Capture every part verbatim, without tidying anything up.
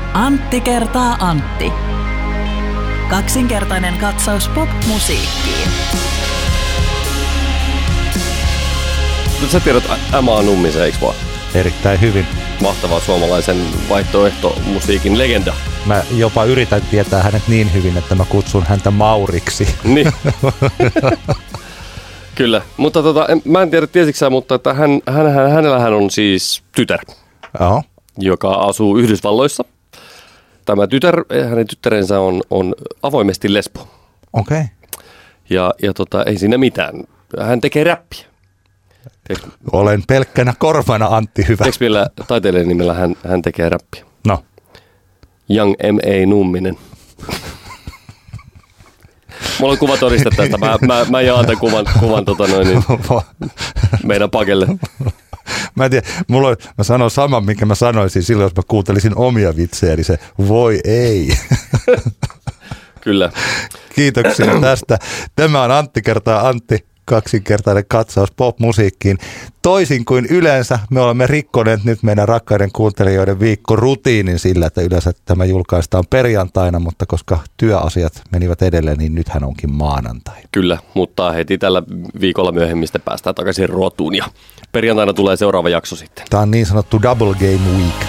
Antti kertaa Antti. Kaksinkertainen katsaus pop-musiikkiin. Sä tiedät Emma Nummisen, eikö vaan? Erittäin hyvin. Mahtava suomalaisen vaihtoehtomusiikin legenda. Mä jopa yritän tietää hänet niin hyvin, että mä kutsun häntä Mauriksi. Niin. Kyllä, mutta tota, en, mä en tiedä tiesitkö sä, mutta että hän, hän, hän, hänellähän on siis tytär, Joo. joka asuu Yhdysvalloissa. Tämä tytär, hänen tyttärensä on, on avoimesti lesbo. Okei. Okay. Ja, ja tota, ei siinä mitään. Hän tekee räppiä. Tiedätkö, Olen pelkkänä korvana, Antti, hyvä. tiedätkö millä taiteilijan nimellä hän, hän tekee räppiä? No. Young M A Numminen. Mulla on kuvatodiste tästä. Mä, mä, mä jaan tämän kuvan, kuvan tota noin, niin meidän pakelle. Mä en tiedä, mulla on, mä sanon saman, minkä mä sanoisin silloin, jos mä kuuntelisin omia vitsejä, niin se voi ei. Kyllä. Kiitoksia tästä. Tämä on Antti kertaa Antti, kaksinkertainen katsaus pop-musiikkiin. Toisin kuin yleensä, me olemme rikkoneet nyt meidän rakkaiden kuuntelijoiden viikkorutiinin sillä, että yleensä tämä julkaistaan perjantaina, mutta koska työasiat menivät edelleen, niin nythän onkin maanantai. Kyllä, mutta heti tällä viikolla myöhemmin sitten päästään takaisin rotuun ja perjantaina tulee seuraava jakso sitten. Tämä on niin sanottu double game week.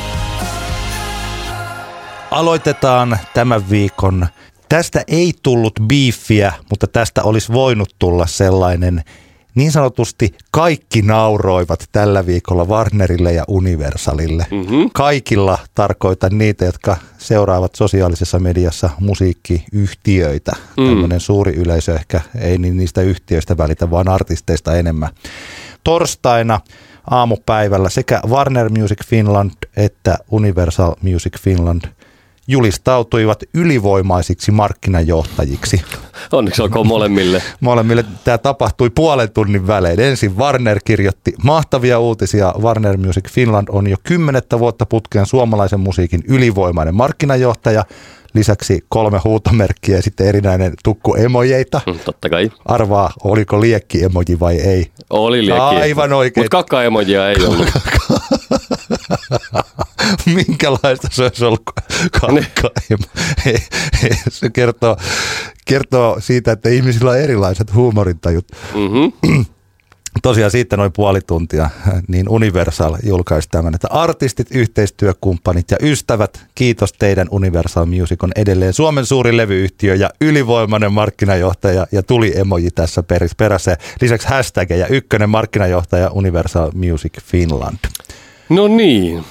Aloitetaan tämän viikon. Tästä ei tullut biiffiä, mutta tästä olisi voinut tulla sellainen, niin sanotusti kaikki nauroivat tällä viikolla Warnerille ja Universalille. Mm-hmm. Kaikilla tarkoitan niitä, jotka seuraavat sosiaalisessa mediassa musiikkiyhtiöitä. Mm. Tämmöinen suuri yleisö ehkä ei niin niistä yhtiöistä välitä, vaan artisteista enemmän. Torstaina aamupäivällä sekä Warner Music Finland että Universal Music Finland julistautuivat ylivoimaisiksi markkinajohtajiksi. Onneksi olkoon molemmille. Molemmille tämä tapahtui puolen tunnin välein. Ensin Warner kirjoitti mahtavia uutisia. Warner Music Finland on jo kymmenettä vuotta putkeen suomalaisen musiikin ylivoimainen markkinajohtaja. Lisäksi kolme huutomerkkiä ja sitten erinäinen tukku emojeita. Mm, totta kai. Arvaa, oliko liekki emoji vai ei? Oli liekki. Aivan oikein. Mutta kakka-emojia ei ollut. Minkälaista se olisi ollut kakka? Se kertoo, kertoo siitä, että ihmisillä on erilaiset huumorintajut. Mm-hmm. Tosiaan siitä noin puoli tuntia, niin Universal julkaisi tämän, että artistit, yhteistyökumppanit ja ystävät, kiitos teidän. Universal Music on edelleen Suomen suuri levyyhtiö ja ylivoimainen markkinajohtaja, ja tuli emoji tässä perässä. Lisäksi hashtag ja ykkönen markkinajohtaja Universal Music Finland. No niin.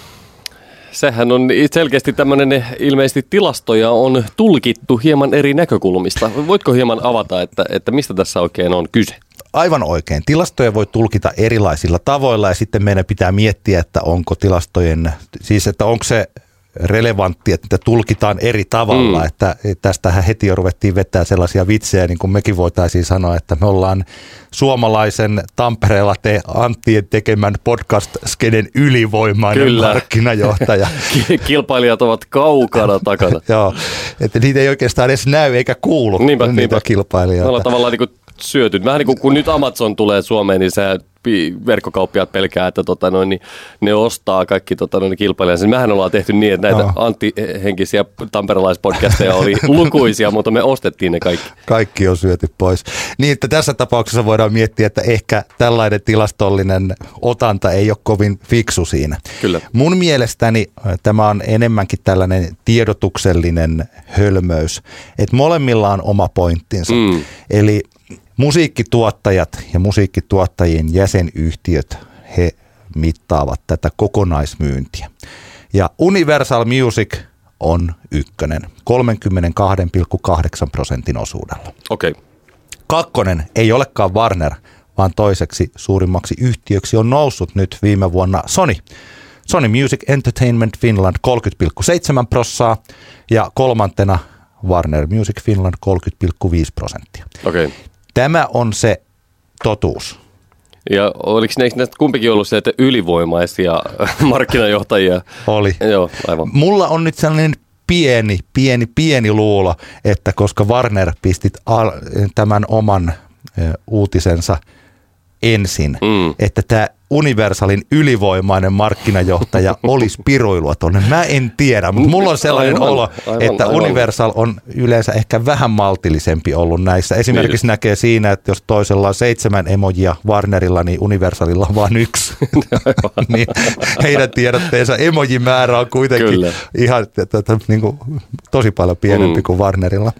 Sehän on selkeästi tämmöinen, ilmeisesti tilastoja on tulkittu hieman eri näkökulmista. Voitko hieman avata, että, että mistä tässä oikein on kyse? Aivan oikein. Tilastoja voi tulkita erilaisilla tavoilla ja sitten meidän pitää miettiä, että onko tilastojen, siis että onko se relevantti, että tulkitaan eri tavalla. Mm. Että tästähän heti jo ruvettiin vetää sellaisia vitsejä, niin kuin mekin voitaisiin sanoa, että me ollaan suomalaisen Tampereella te Anttien tekemän podcast-skeden ylivoimainen Kyllä. markkinajohtaja. Kilpailijat ovat kaukana takana. Joo, että niitä ei oikeastaan edes näy eikä kuulu niinpä, niitä niinpä. kilpailijoita. Me ollaan tavallaan niin kuin syöty. Vähän niin kuin kun nyt Amazon tulee Suomeen, niin se verkkokauppiaat pelkää, että tota noin, niin ne ostaa kaikki tota noin, kilpailijansa. Mehän ollaan tehty niin, että näitä no. Antti-henkisiä tamperelaispodcasteja oli lukuisia, mutta me ostettiin ne kaikki. Kaikki on syöty pois. Niin, että tässä tapauksessa voidaan miettiä, että ehkä tällainen tilastollinen otanta ei ole kovin fiksu siinä. Kyllä. Mun mielestäni tämä on enemmänkin tällainen tiedotuksellinen hölmöys, että molemmilla on oma pointtinsa. Mm. Eli musiikkituottajat ja musiikkituottajien jäsenyhtiöt, he mittaavat tätä kokonaismyyntiä. Ja Universal Music on ykkönen, kolmekymmentäkaksi pilkku kahdeksan prosentin osuudella. Okei. Okay. Kakkonen ei olekaan Warner, vaan toiseksi suurimmaksi yhtiöksi on noussut nyt viime vuonna Sony. Sony Music Entertainment Finland kolmekymmentä pilkku seitsemän prosenttia ja kolmantena Warner Music Finland kolmekymmentä pilkku viisi prosenttia. Okei. Okay. Tämä on se totuus. Ja oliko näistä kumpikin ollut sieltä ylivoimaisia markkinajohtajia? Oli. Joo, aivan. Mulla on nyt sellainen pieni, pieni, pieni luulo, että koska Warner pistit al- tämän oman e, uutisensa ensin, mm. että tämä Universalin ylivoimainen markkinajohtaja olisi piruilua tuonne. Mä en tiedä, mutta mulla on sellainen aivan, olo, aivan, että aivan. Universal on yleensä ehkä vähän maltillisempi ollut näissä. Esimerkiksi niin. näkee siinä, että jos toisella on seitsemän emojia Warnerilla, niin Universalilla on vain yksi. niin heidän tiedotteensa emojimäärä on kuitenkin Kyllä. ihan t- niin kuin, tosi paljon pienempi mm. kuin Warnerilla.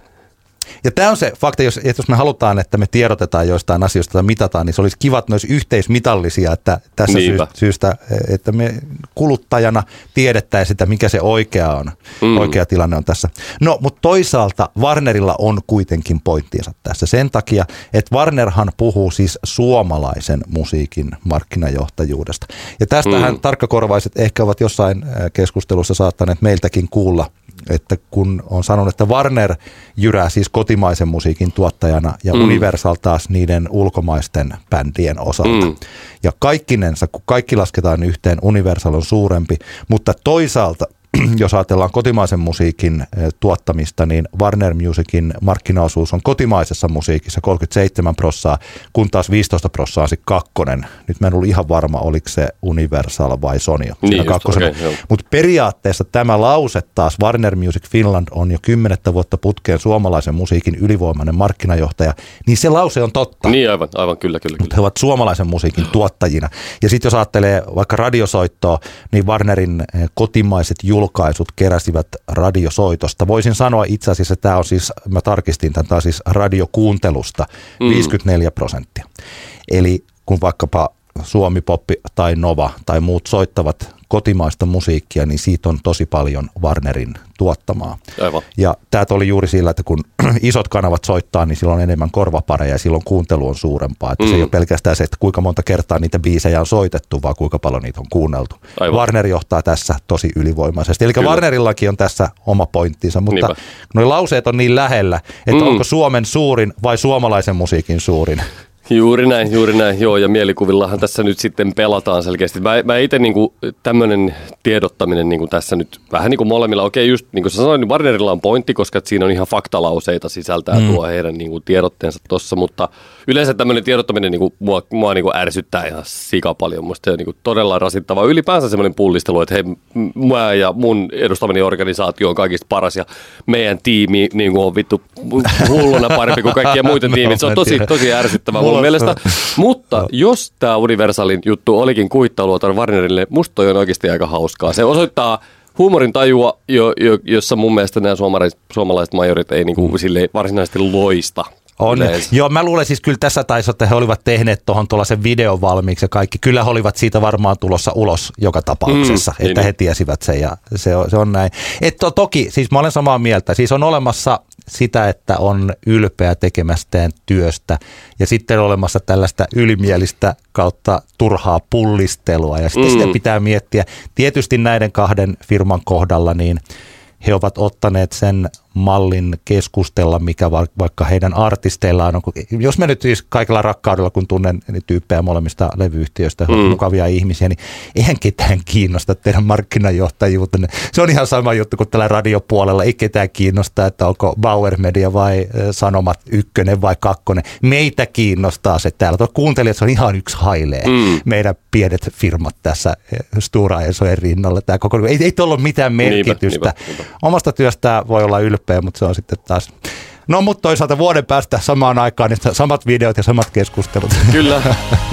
Ja tämä on se fakta, jos, jos me halutaan, että me tiedotetaan joistain asioista tai mitataan, niin se olisi kiva, että ne olisi yhteismitallisia, että tässä Niinpä. syystä, että me kuluttajana tiedettäisiin sitä, mikä se oikea on, mm. oikea tilanne on tässä. No, mutta toisaalta Warnerilla on kuitenkin pointtinsa tässä sen takia, että Warnerhan puhuu siis suomalaisen musiikin markkinajohtajuudesta. Ja tästähän mm. tarkkakorvaiset ehkä ovat jossain keskustelussa saattaneet meiltäkin kuulla, että kun on sanonut, että Warner jyrää siis kotimaisen musiikin tuottajana ja mm. Universal taas niiden ulkomaisten bändien osalta. Mm. Ja kaikkinensa, kun kaikki lasketaan yhteen, Universal on suurempi, mutta toisaalta, jos ajatellaan kotimaisen musiikin tuottamista, niin Warner Musicin markkinaosuus on kotimaisessa musiikissa kolmekymmentäseitsemän prosenttia, kun taas viisitoista prosenttia on se kakkonen. Nyt mä en ollut ihan varma, oliko se Universal vai Sony. Niin okay, mutta periaatteessa tämä lause taas, Warner Music Finland on jo kymmenettä vuotta putkeen suomalaisen musiikin ylivoimainen markkinajohtaja, niin se lause on totta. Niin aivan, aivan kyllä, kyllä. Mutta he ovat suomalaisen musiikin tuottajina. Ja sitten jos ajattelee vaikka radiosoittoa, niin Warnerin kotimaiset julkaisut keräsivät radiosoitosta. Voisin sanoa itse asiassa, että tämä on siis, mä tarkistin tämän, tämä on siis radiokuuntelusta viisikymmentäneljä prosenttia. Eli kun vaikkapa Suomi Poppi tai Nova tai muut soittavat kotimaista musiikkia, niin siitä on tosi paljon Warnerin tuottamaa. Aivan. Ja tämä oli juuri sillä, että kun isot kanavat soittaa, niin silloin on enemmän korvapareja ja silloin kuuntelu on suurempaa. Että mm. se ei ole pelkästään se, että kuinka monta kertaa niitä biisejä on soitettu, vaan kuinka paljon niitä on kuunneltu. Aivan. Warner johtaa tässä tosi ylivoimaisesti. Eli Kyllä. Warnerillakin on tässä oma pointtinsa, mutta Niinpä. nuo lauseet on niin lähellä, että mm. onko Suomen suurin vai suomalaisen musiikin suurin? Juuri näin, juuri näin, joo, ja mielikuvillahan tässä nyt sitten pelataan selkeästi. Mä, mä itse niin kuin tämmöinen tiedottaminen niin kuin tässä nyt vähän niin kuin molemmilla, okei just niin kuin sä sanoin, niin Warnerilla on pointti, koska siinä on ihan faktalauseita sisältää mm. tuo heidän niin kuin tiedotteensa tossa, mutta yleensä tämmöinen tiedottaminen niin kuin mua, mua niin kuin ärsyttää ihan sika paljon. Musta se on niin kuin todella rasittavaa. Ylipäänsä semmoinen pullistelu, että hei, mä ja mun edustamani organisaatio on kaikista paras ja meidän tiimi niin kuin on vittu hulluna parempi kuin kaikkia muita tiimit. Se on tosi, tosi ärsyttävää mun mielestä. Mutta jos tämä Universalin juttu olikin kuittailua tuon Warnerille, musta toi on oikeasti aika hauskaa. Se osoittaa huumorin tajua, jo, jo, jossa mun mielestä nämä suomalaiset, suomalaiset majorit ei niinku silleen varsinaisesti loista. On. Joo, mä luulen siis kyllä tässä taisi, että he olivat tehneet tuohon tuollaisen videon valmiiksi ja kaikki. Kyllä he olivat siitä varmaan tulossa ulos joka tapauksessa, mm, että niin. he tiesivät sen ja se on, se on näin. Että toki, siis mä olen samaa mieltä, siis on olemassa sitä, että on ylpeä tekemästään työstä ja sitten on olemassa tällaista ylimielistä kautta turhaa pullistelua ja sitten mm. sitä pitää miettiä. Tietysti näiden kahden firman kohdalla niin he ovat ottaneet sen mallin keskustella, mikä vaikka heidän artisteillaan on. Jos mä nyt siis kaikella rakkaudella, kun tunnen tyyppejä molemmista levyyhtiöistä, he ovat mm. mukavia ihmisiä, niin eihän ketään kiinnosta teidän markkinajohtajuutenne. Se on ihan sama juttu kuin tällä radiopuolella. Ei ketään kiinnosta, että onko Bauer Media vai Sanomat ykkönen vai kakkonen. Meitä kiinnostaa se täällä. Tuo kuuntelijat, se on ihan yksi hailee. Mm. Meidän pienet firmat tässä Stora Ensojen rinnalla. Tämä koko, ei, ei tuolla ole mitään merkitystä. Niinpä, niinpä, niinpä. Omasta työstä voi olla ylpeä, mutta se on sitten taas. No, mutta toisaalta vuoden päästä samaan aikaan niin samat videot ja samat keskustelut. Kyllä.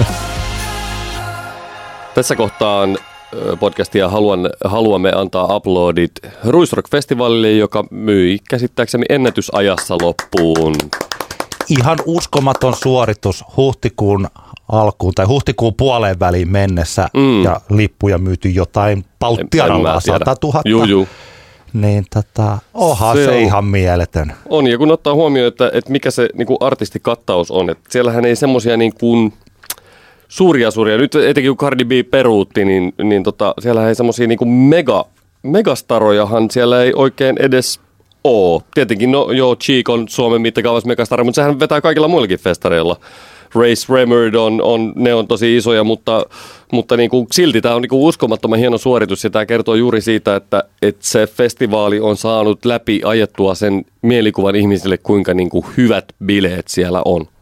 Tässä kohtaan podcastia haluan, haluamme antaa uploadit Ruisrock-festivaalille, joka myi käsittääkseni ennätysajassa loppuun. Ihan uskomaton suoritus huhtikuun alkuun tai huhtikuun puoleen väliin mennessä mm. ja lippuja myyty jotain pauttiaralla sata tuhatta. Juu, juu. Niin tota, oha se, se on ihan mieletön. On, ja kun ottaa huomioon, että, että mikä se niin kuin artistikattaus on, että siellähän ei semmoisia niin kuin suuria suuria, nyt etenkin kun Cardi B peruutti, niin, niin tota, siellähän ei semmoisia niin kuin mega, megastarojahan siellä ei oikein edes ole. Tietenkin, no joo, Cheek on Suomen mittakaavassa megastari, mutta sehän vetää kaikilla muillakin festareilla. Race Remord on, on, ne on tosi isoja, mutta, mutta niin kuin silti tämä on niin kuin uskomattoman hieno suoritus ja tämä kertoo juuri siitä, että, että se festivaali on saanut läpi ajettua sen mielikuvan ihmisille, kuinka niin kuin hyvät bileet siellä on.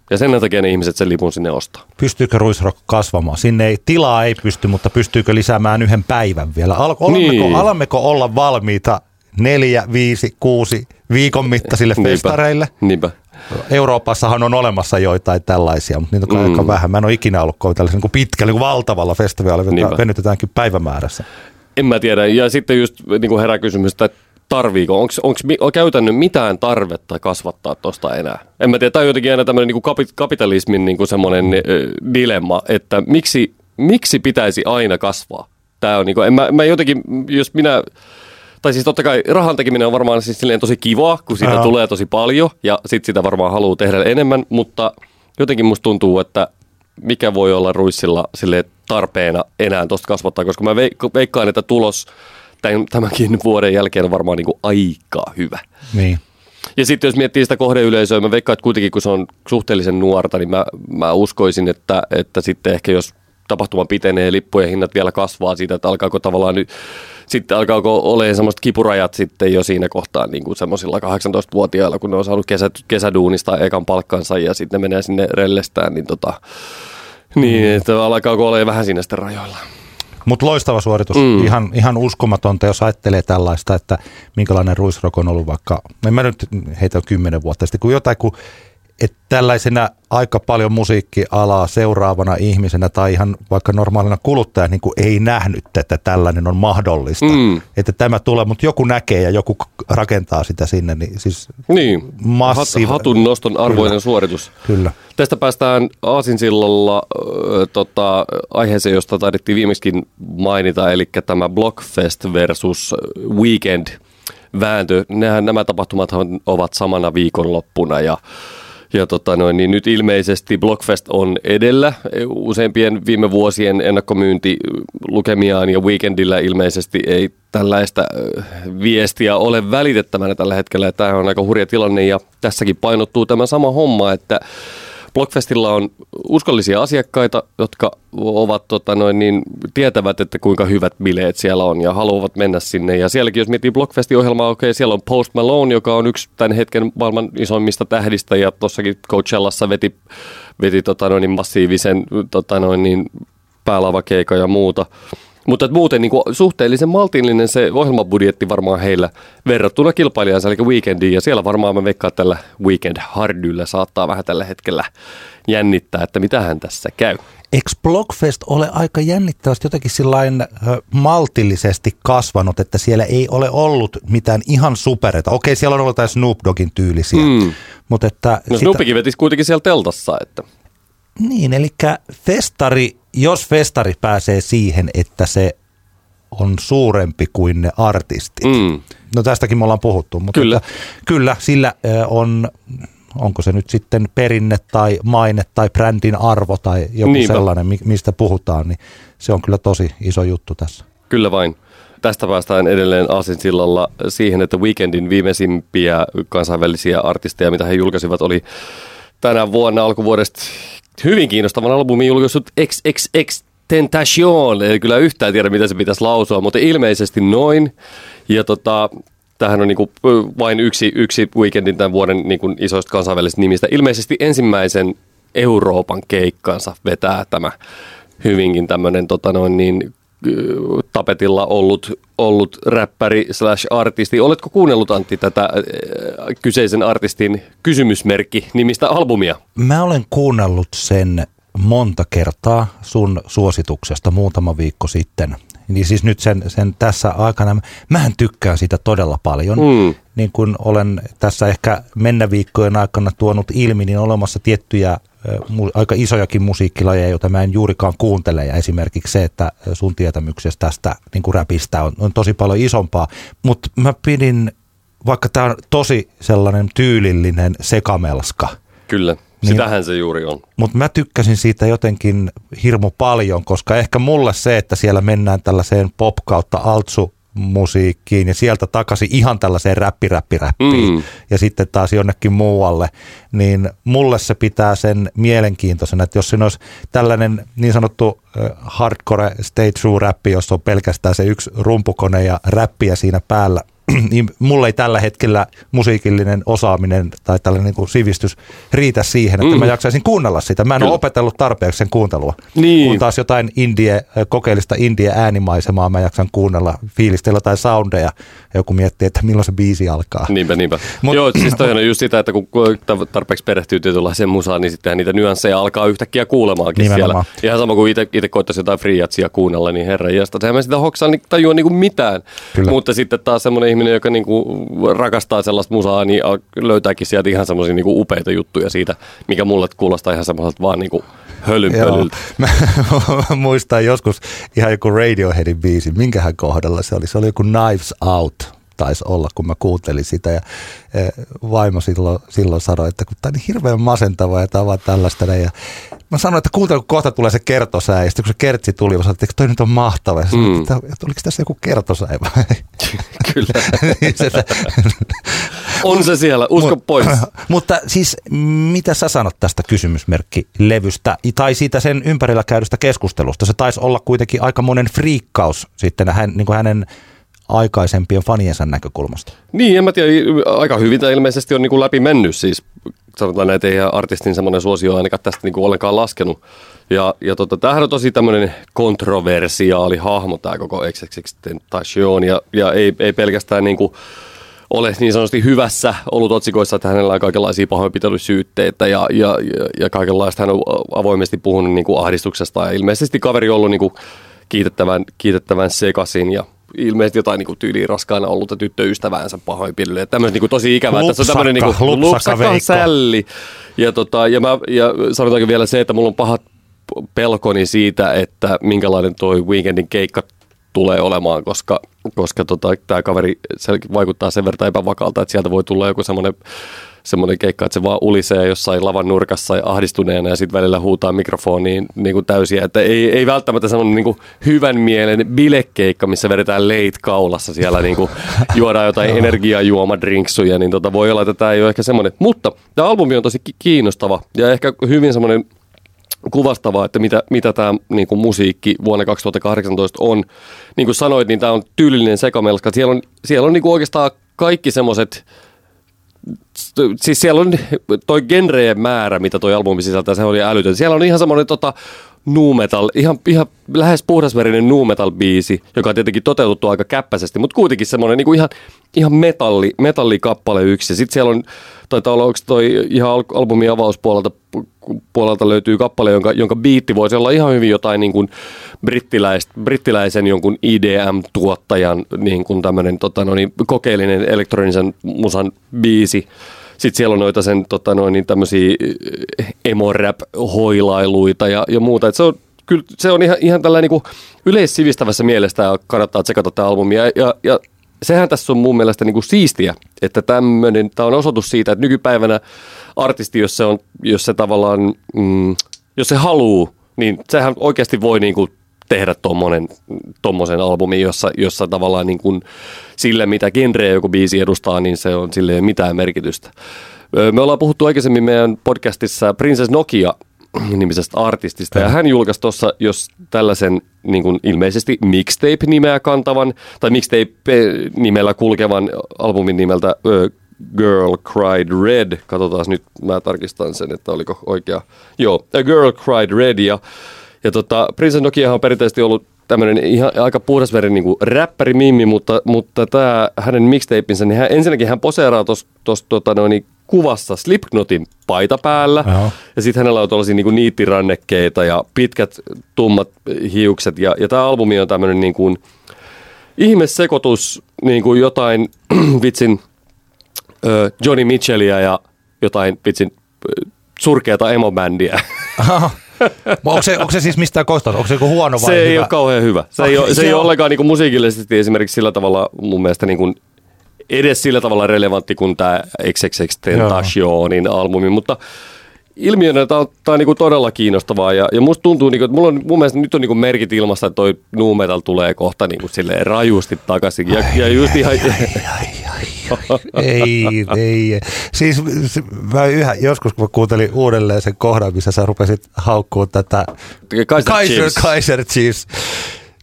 Ja sen takia ne ihmiset sen lipun sinne ostaa. Pystyykö ruisrock kasvamaan? Sinne ei, tilaa ei pysty, mutta pystyykö lisäämään yhden päivän vielä? Al- olammeko, niin. Alammeko olla valmiita neljä, viisi, kuusi viikon mittaisille Niinpä. festareille? Niinpä. Euroopassahan on olemassa joitain tällaisia, mutta niitä on mm. aika vähän. Mä en ole ikinä ollut tällaisen niin pitkällä, niin valtavalla festivaalilla, jota venytetäänkin päivämäärässä. En mä tiedä. Ja sitten just niin kuin herää kysymys, että tarviiko, onko, onko käytännön mitään tarvetta kasvattaa tuosta enää? En mä tiedä, tämä on jotenkin aina tämmöinen niin kuin kapitalismin niin kuin semmoinen äh, dilemma, että miksi, miksi pitäisi aina kasvaa? Tämä on niin kuin, en mä, mä jotenkin, jos minä... Tai siis totta kai rahan tekeminen on varmaan siis silleen tosi kivaa, kun siitä Aa. tulee tosi paljon ja sitten sitä varmaan haluaa tehdä enemmän, mutta jotenkin musta tuntuu, että mikä voi olla Ruissilla silleen tarpeena enää tuosta kasvattaa, koska mä veikkaan, että tulos tämänkin vuoden jälkeen on varmaan niin kuin aika hyvä. Niin. Ja sitten jos miettii sitä kohdeyleisöä, mä veikkaan, että kuitenkin kun se on suhteellisen nuorta, niin mä, mä uskoisin, että, että sitten ehkä jos tapahtuma pitenee, lippujen hinnat vielä kasvaa siitä, että alkaako tavallaan nyt, sitten alkaako olemaan semmoiset kipurajat sitten jo siinä kohtaa niin kuin semmoisilla kahdeksantoistavuotiailla, kun ne on saanut kesä, kesäduunista ekan palkkansa ja sitten ne menee sinne rellestään, niin, tota, niin että alkaako olemaan vähän siinä sitten rajoilla. Mutta loistava suoritus, mm. ihan, ihan uskomatonta, jos ajattelee tällaista, että minkälainen ruisrock on ollut vaikka, en mä nyt heitä kymmenen vuotta sitten, kun jotain, kun että tällaisena aika paljon musiikkialaa seuraavana ihmisenä tai ihan vaikka normaalina kuluttajana niin kuin ei nähnyt, että tällainen on mahdollista. Mm. Että tämä tulee, mutta joku näkee ja joku rakentaa sitä sinne. Niin, siis niin. massiiv... hatun noston arvoinen Kyllä. suoritus. Kyllä. Tästä päästään aasinsillalla äh, tota, aiheeseen, josta taidettiin viimeksikin mainita, eli tämä Blockfest versus Weekend vääntö. Nämähän, nämä tapahtumat ovat samana viikonloppuna ja Ja tota noin, niin nyt ilmeisesti Blockfest on edellä useimpien viime vuosien ennakkomyyntilukemiaan ja Weekendillä ilmeisesti ei tällaista viestiä ole välitettävänä tällä hetkellä. Tämä on aika hurja tilanne ja tässäkin painottuu tämä sama homma, että Blockfestilla on uskollisia asiakkaita, jotka ovat, tota noin, niin, tietävät, että kuinka hyvät bileet siellä on ja haluavat mennä sinne. Ja sielläkin, jos miettii Blockfestin ohjelmaa, okei, okay, siellä on Post Malone, joka on yksi tämän hetken maailman isoimmista tähdistä ja tuossakin Coachellassa veti, veti tota noin, massiivisen tota noin, niin, päälavakeikan ja muuta. Mutta muuten niin kuin suhteellisen maltillinen se ohjelmabudjetti varmaan heillä verrattuna kilpailijansa, eli Weekendiin. Ja siellä varmaan mä veikkaan, että tällä Weekend Hardyllä saattaa vähän tällä hetkellä jännittää, että mitähän tässä käy. Eikö Blockfest ole aika jännittävästi jotenkin sillain maltillisesti kasvanut, että siellä ei ole ollut mitään ihan supereta? Okei, siellä on ollut jotain Snoop Doggin tyylisiä. Mm. Mutta että no Snoopikin sitä... vetisi kuitenkin siellä teltassa, että... Niin, eli festari, jos festari pääsee siihen, että se on suurempi kuin ne artistit. Mm. No tästäkin me ollaan puhuttu, mutta kyllä, että, kyllä sillä on, onko se nyt sitten perinne tai maine tai brändin arvo tai joku Niinpä. sellainen, mistä puhutaan, niin se on kyllä tosi iso juttu tässä. Kyllä vain. Tästä päästään edelleen aasinsillalla siihen, että Weekendin viimeisimpiä kansainvälisiä artisteja, mitä he julkaisivat, oli tänä vuonna alkuvuodesta hyvin kiinnostavan albumin julkaissut X X X Tentacion. Ei kyllä yhtään tiedä, mitä se pitäisi lausua, mutta ilmeisesti noin. Ja tota, tämähän on niinku vain yksi, yksi Weekendin tämän vuoden niinku isoista kansainvälisistä nimistä. Ilmeisesti ensimmäisen Euroopan keikkansa vetää tämä hyvinkin tämmöinen tota noin niin tapetilla ollut, ollut räppäri slash artisti. Oletko kuunnellut, Antti, tätä äh, kyseisen artistin kysymysmerkki nimistä albumia? Mä olen kuunnellut sen monta kertaa sun suosituksesta muutama viikko sitten. Niin siis nyt sen, sen tässä aikana, mähän tykkään siitä todella paljon. Mm. Niin kuin olen tässä ehkä mennä viikkojen aikana tuonut ilmi, niin on olemassa tiettyjä aika isojakin musiikkilajeja, joita mä en juurikaan kuuntele. Ja esimerkiksi se, että sun tietämyksestä tästä niin kuin räpistä on, on tosi paljon isompaa. Mutta mä pidin, vaikka tää on tosi sellainen tyylillinen sekamelska. Kyllä, sitähän niin, se juuri on. Mutta mä tykkäsin siitä jotenkin hirmu paljon, koska ehkä mulle se, että siellä mennään tällaiseen pop kautta altsu musiikkiin ja sieltä takaisin ihan tällaiseen räppi-räppi-räppiin mm. ja sitten taas jonnekin muualle, niin mulle se pitää sen mielenkiintoisena, että jos siinä olisi tällainen niin sanottu hardcore stay true räppi, jossa on pelkästään se yksi rumpukone ja räppiä siinä päällä, niin mulla ei tällä hetkellä musiikillinen osaaminen tai tällainen niin kuin sivistys riitä siihen, että mm. mä jaksaisin kuunnella sitä. Mä en Kyllä. ole opetellut tarpeeksi sen kuuntelua. Niin. Kun taas jotain indie, kokeellista indie äänimaisemaa mä jaksan kuunnella, fiilistellä tai soundeja. Joku miettii, että milloin se biisi alkaa. Niinpä, niinpä. Mut, Joo, siis toihan on just sitä, että kun tarpeeksi perehtyy tietynlaiseen musaan, niin sitten niitä nyansseja alkaa yhtäkkiä kuulemaankin nimenomaan siellä. Ihan sama kuin itse koittaisi jotain free jatsia kuunnella, niin herra jästä. Sehän mä sitä hoksaa, niin tajua niin kuin mitään. Kyllä. Mutta sitten taas semmoinen ihminen, joka niin kuin rakastaa sellaista musaa, niin löytääkin sieltä ihan semmoisia niin kuin upeita juttuja siitä, mikä mulle kuulostaa ihan semmoiselta vaan niin kuin hölynpölyltä. Mä muistan joskus ihan joku Radioheadin biisi, minkähän kohdalla se oli. Se oli joku Knives Out. Taisi olla, kun mä kuuntelin sitä ja vaimo silloin, silloin sanoi, että kun tämä on niin hirveän masentava ja tämä on vaan tällaista. Ja mä sanoin, että kuuntele, kun kohta tulee se kertosää ja sitten kun se kertsi tuli, mä sanoin, että toi nyt on mahtava. Ja sanoin, mm. että oliko tässä joku kertosää vai? Kyllä. On se siellä, usko Mut, pois. Mutta siis mitä sä sanot tästä kysymysmerkkilevystä tai siitä sen ympärillä käydystä keskustelusta? Se taisi olla kuitenkin aikamoinen friikkaus sitten hän, niin kuin hänen aikaisempien faniensa näkökulmasta. Niin, en mä tiedä, aika hyvin tämä ilmeisesti on niin kuin läpi mennyt, siis sanotaan näitä ei artistin semmoinen suosio ainakaan tästä niin kuin ollenkaan laskenut. Ja, ja tota, tämähän on tosi tämmöinen kontroversiaali hahmo tämä koko X X Tentacion ja, ja ei, ei pelkästään niin kuin ole niin sanotusti hyvässä ollut otsikoissa, että hänellä on kaikenlaisia pahoinpitelysyytteitä ja, ja, ja, ja kaikenlaista. Hän on avoimesti puhunut niin kuin ahdistuksesta ja ilmeisesti kaveri on ollut niin kuin kiitettävän, kiitettävän sekaisin ja ilmeisesti jotain niin kuin tyyliin raskaana ollutta tyttöystäväänsä pahoinpitelyä. Tämmöinen niin kuin tosi ikävää. Lupsakka, tässä on tämmöinen niin kuin lupsakka sälli. Ja, tota, ja, mä, ja sanotaanko vielä se, että mulla on pahat pelkoni siitä, että minkälainen toi Weekendin keikka tulee olemaan, koska, koska tota, tämä kaveri vaikuttaa sen verran epävakalta, että sieltä voi tulla joku semmoinen semmoinen keikka, että se vaan ulisee jossain lavan nurkassa ja ahdistuneena ja sitten välillä huutaa mikrofoniin niin kuin täysiä. Että ei, ei välttämättä semmoinen niin kuin hyvän mielen bilekeikka, missä vedetään leit kaulassa siellä niin kuin juodaan jotain energiajuomadrinksuja, niin tota voi olla, että tämä ei ole ehkä semmoinen. Mutta tämä albumi on tosi kiinnostava ja ehkä hyvin semmoinen kuvastavaa, että mitä, mitä tämä niin kuin musiikki vuonna kaksituhattakahdeksantoista on. Niin kuin sanoit, niin tämä on tyylillinen sekamelska. Siellä on, siellä on niin kuin oikeastaan kaikki semmoiset. Siis siellä on toi genreen määrä, mitä toi albumi sisältää, se oli älytön. Siellä on ihan semmoinen tota, nu metal, ihan, ihan lähes puhdasverinen nu metal biisi, joka on tietenkin toteutettu aika käppäisesti, mutta kuitenkin semmoinen niin kuin ihan, ihan metalli, metallikappale yksi. Sitten siellä on, taitaa olla, onko toi ihan albumin avauspuolelta puolelta löytyy kappale, jonka, jonka biitti voisi olla ihan hyvin jotain niin kuin brittiläis, brittiläisen jonkun I D M-tuottajan niin kuin tämmöinen tota, no niin, kokeellinen elektronisen musan biisi. Sitten siellä on noita sen tota, no niin, tämmöisiä emo-rap-hoilailuita ja, ja muuta. Et se on, kyllä, se on ihan, ihan tällainen niin kuin yleissivistävässä mielessä ja kannattaa tsekata tämä albumia. Ja, ja, ja sehän tässä on mun mielestä niin kuin siistiä, että tämmöinen, tämä on osoitus siitä, että nykypäivänä artisti, jos se, on, jos se tavallaan, mm, jos se haluu, niin sehän oikeasti voi niin kuin tehdä tommonen, tommosen albumin, jossa, jossa tavallaan niin kuin sille, mitä genreä joku biisi edustaa, niin se on sille mitään merkitystä. Me ollaan puhuttu aikaisemmin meidän podcastissa Princess Nokia nimisestä artistista, ja hän julkaisi tuossa, jos tällaisen niin kuin ilmeisesti mixtape-nimeä kantavan, tai mixtape-nimellä kulkevan albumin nimeltä Girl Cried Red. Katsotaan nyt, mä tarkistan sen, että oliko oikea. Joo, A Girl Cried Red, ja, ja tota, Princess Nokia on perinteisesti ollut tämmöinen ihan aika puhdasveren niin kuin räppäri-mimmi, mutta, mutta tämä hänen mixtapeinsa, niin hän, ensinnäkin hän poseeraa tuossa tota, kuvassa Slipknotin paita päällä, Oho. ja sitten hänellä on tuollaisia niin niittirannekkeita ja pitkät tummat hiukset, ja, ja tämä albumi on tämmöinen niin kuin ihmesekoitus, niin kuin jotain vitsin ö, Johnny Mitchellia ja jotain vitsin surkeata emo-bändiä. onko, se, onko se siis mistään kohtaa? Onko se joku huono vai se hyvä? Ei ole kauhean hyvä. Se ei ole, se ei ole ollenkaan niin kuin musiikillisesti esimerkiksi sillä tavalla mun mielestä niin kuin edes sillä tavalla relevantti kuin tämä X X X Tentacionin albumi, mutta ilmiönä tämä on, tämä on niin kuin todella kiinnostavaa ja, ja musta tuntuu, niin kuin, että mulla on, mun mielestä nyt on niin kuin merkit ilmassa, että toi nu metal tulee kohta niin kuin silleen rajusti takaisin ja, ja just ihan... Ai, ai, ai, ei, ei. Siis mä yhä, joskus kun mä kuuntelin uudelleen sen kohdan, missä sä rupesit haukkuun tätä Kaiser, Kaiser, Kaiser Chiefs.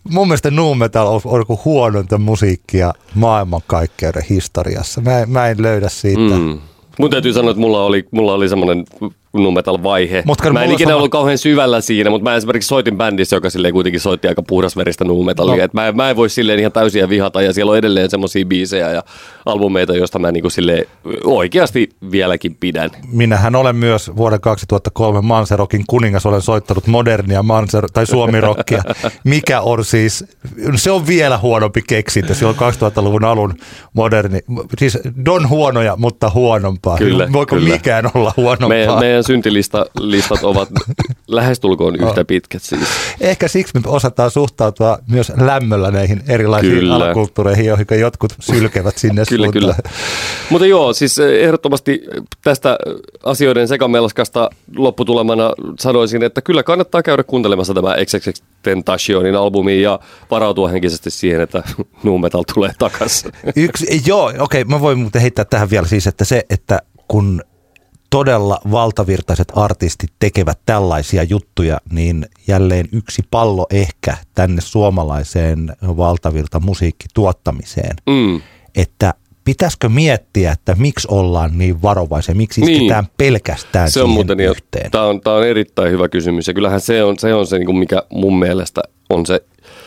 mun mielestä nu metal on, on kuin huonointa musiikkia maailmankaikkeuden historiassa. Mä, en, mä en löydä siitä. Mm. Mun täytyy sanoa, että mulla oli, mulla oli semmoinen nu metal-vaihe. Mä en ikinä sama... ollut kauhean syvällä siinä, mutta mä esimerkiksi soitin bändissä, joka silleen kuitenkin soitti aika puhdasveristä nu metallia. No. Et mä, mä en voi silleen ihan täysiä vihata, ja siellä on edelleen semmosia biisejä ja albumeita, joista mä niinku silleen oikeasti vieläkin pidän. Minähän olen myös vuoden kaksituhattakolme Manserokin kuningas, olen soittanut modernia Manser- tai suomirockia, mikä on siis, se on vielä huonompi keksintö, silloin kaksituhattaluvun alun moderni, siis don huonoja, mutta huonompaa. Kyllä, Voiko kyllä. mikään olla huonompaa? Meidän, meidän syntilistat ovat lähestulkoon yhtä pitkät siis. Ehkä siksi me osataan suhtautua myös lämmöllä näihin erilaisiin kyllä. alakulttuureihin, joihin jotkut sylkevät sinne kyllä, suuntaan. Kyllä. Mutta joo, siis ehdottomasti tästä asioiden sekamelskasta lopputulemana sanoisin, että kyllä kannattaa käydä kuuntelemassa tämä X X Tentacionin albumi ja varautua henkisesti siihen, että nu metal tulee takaisin. Yksi, joo, okei, okay, mä voin muuten heittää tähän vielä siis, että se, että kun todella valtavirtaiset artistit tekevät tällaisia juttuja, niin jälleen yksi pallo ehkä tänne suomalaiseen valtavirta musiikkituottamiseen, mm. että pitäisikö miettiä, että miksi ollaan niin varovaisia, miksi isketään niin. pelkästään se on siihen muuten, yhteen? Tämä on, tämä on erittäin hyvä kysymys ja kyllähän se on se, on se mikä mun mielestä on se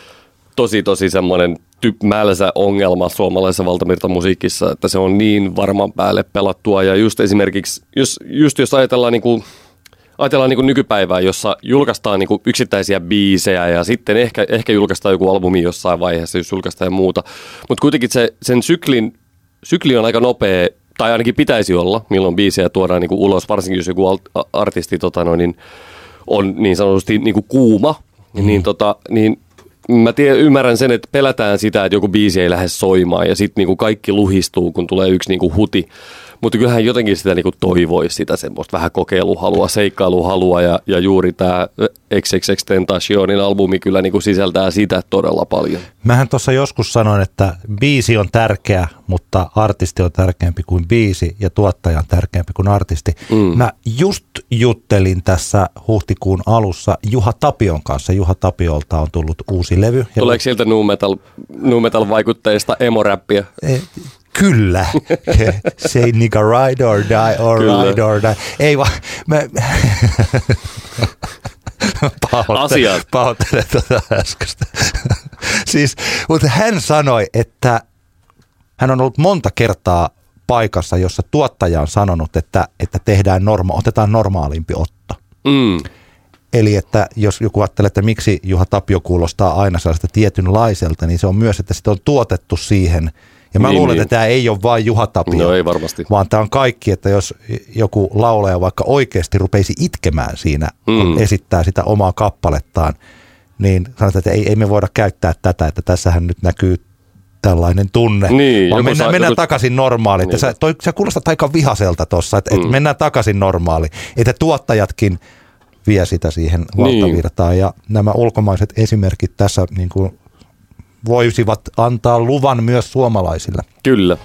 tosi tosi semmoinen mälsä ongelma suomalaisessa valtavirtamusiikissa, että se on niin varman päälle pelattua ja just esimerkiksi, jos, just jos ajatellaan niin kuin Ajatellaan niin kuin nykypäivää, jossa julkaistaan niin kuin yksittäisiä biisejä ja sitten ehkä, ehkä julkaistaan joku albumi jossain vaiheessa, jos julkaistaan ja muuta. Mutta kuitenkin se, sen syklin, sykli on aika nopea, tai ainakin pitäisi olla, milloin biisejä tuodaan niin kuin ulos, varsinkin jos joku artisti tota noin, niin on niin sanotusti niin kuin kuuma, mm. niin, tota, niin mä tiedän, ymmärrän sen, että pelätään sitä, että joku biisi ei lähde soimaan ja sitten niinku kaikki luhistuu, kun tulee yksi niinku huti. Mutta kyllähän jotenkin sitä niinku toivoisi sitä semmoista vähän kokeiluhalua, seikkailuhalua ja, ja juuri tämä X X X Tentacionin albumi kyllä niinku sisältää sitä todella paljon. Mähän tuossa joskus sanoin, että biisi on tärkeä, mutta artisti on tärkeämpi kuin biisi ja tuottaja on tärkeämpi kuin artisti. Mm. Mä just juttelin tässä huhtikuun alussa Juha Tapion kanssa. Juha Tapiolta on tullut uusi levy. Tuleeko sieltä nu metal, nu metal vaikutteista emo-räppiä? E- Kyllä. Say nigga ride or die or Kyllä. ride or die. Ei vaan. Mä... Asiat. Pahoittelen tuota äskeistä. Siis, mutta hän sanoi, että hän on ollut monta kertaa paikassa, jossa tuottaja on sanonut, että, että tehdään norma- otetaan normaalimpi otto. Mm. Eli että jos joku ajattelee, että miksi Juha Tapio kuulostaa aina sellaista tietynlaiselta, niin se on myös, että sitä on tuotettu siihen. Ja mä niin, luulen, niin. että tämä ei ole vain Juha Tapio, no, ei varmasti. vaan tämä on kaikki, että jos joku laulaja vaikka oikeasti rupeisi itkemään siinä, mm. kun esittää sitä omaa kappalettaan, niin sanotaan, että ei, ei me voida käyttää tätä, että tässähän nyt näkyy tällainen tunne, niin, vaan mennään, saa, mennään joku... takaisin normaaliin. Niin. Sä, toi, sä kuulostat aika vihaselta tuossa, että, mm. että mennään takaisin normaaliin. Että tuottajatkin vie sitä siihen valtavirtaan niin. ja nämä ulkomaiset esimerkit tässä niin kuin voisivat antaa luvan myös suomalaisille. Kyllä.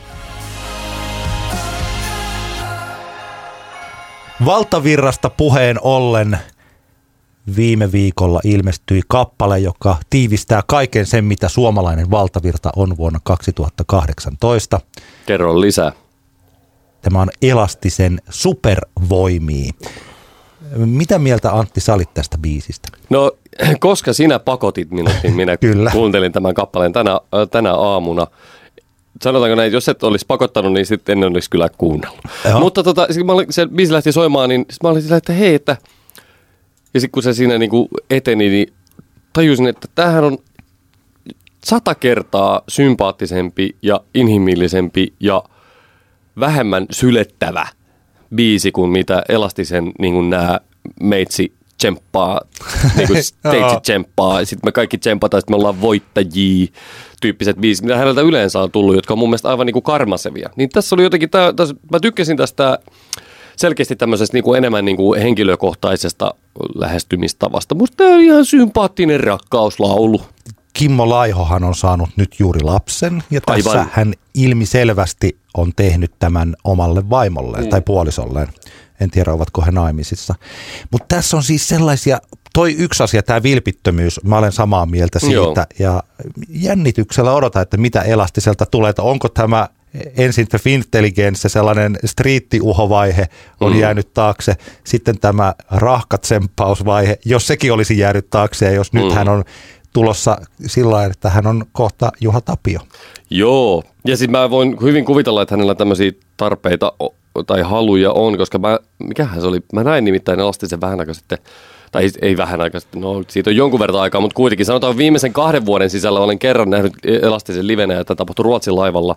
Valtavirrasta puheen ollen viime viikolla ilmestyi kappale, joka tiivistää kaiken sen, mitä suomalainen valtavirta on vuonna kaksituhattakahdeksantoista. Kerro lisää. Tämä on Elastisen Supervoimia. Mitä mieltä Antti sä olit tästä biisistä? No, koska sinä pakotit minut, niin minä kuuntelin tämän kappaleen tänä, tänä aamuna. Sanotaanko näin, jos et olisi pakottanut, niin sitten en olisi kyllä kuunnellut. Joo. Mutta tota, kun se biisi lähti soimaan, niin mä olin sillä, että hei, että... Ja sitten kun se siinä niin kuin eteni, niin tajusin, että tämähän on sata kertaa sympaattisempi ja inhimillisempi ja vähemmän sylettävä biisi kuin mitä Elastisen niin kuin nämä meitsi tsemppaa, niin kuin teitsi tsemppaa. Sitten me kaikki tsempataan, että me ollaan voittajia tyyppiset biisit, mitä häneltä yleensä on tullut, jotka on mun mielestä aivan niin kuin karmasevia. Niin tässä oli jotenkin, tää, tässä, mä tykkäsin tästä selkeästi tämmöisestä niin kuin enemmän niin kuin henkilökohtaisesta lähestymistavasta. Musta tämä on ihan sympaattinen rakkauslaulu. Kimmo Laihohan on saanut nyt juuri lapsen ja tässä Aivan. hän ilmiselvästi on tehnyt tämän omalle vaimolleen mm. tai puolisolleen. En tiedä, ovatko he naimisissa. Mutta tässä on siis sellaisia toi yksi asia, tämä vilpittömyys, mä olen samaa mieltä siitä. Joo. Ja jännityksellä odotan, että mitä Elastiselta tulee, että onko tämä ensin The Fintelligence, sellainen striittiuhovaihe on mm. jäänyt taakse, sitten tämä rahkatsemppausvaihe, jos sekin olisi jäänyt taakse, ja jos mm. nyt hän on tulossa sillä lailla, että hän on kohta Juha Tapio. Joo, ja sitten mä voin hyvin kuvitella, että hänellä tämmöisiä tarpeita tai haluja on, koska mä, mikähän se oli, mä näin nimittäin Elastisen vähän aikaa sitten, tai ei vähän aikaa sitten, no siitä on jonkun verran aikaa, mutta kuitenkin sanotaan viimeisen kahden vuoden sisällä olen kerran nähnyt Elastisen livenä, ja tämä tapahtui Ruotsin laivalla.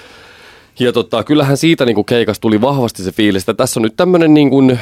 Ja tota, kyllähän siitä niin kuin keikasta tuli vahvasti se fiilis, että tässä on nyt tämmöinen niin kuin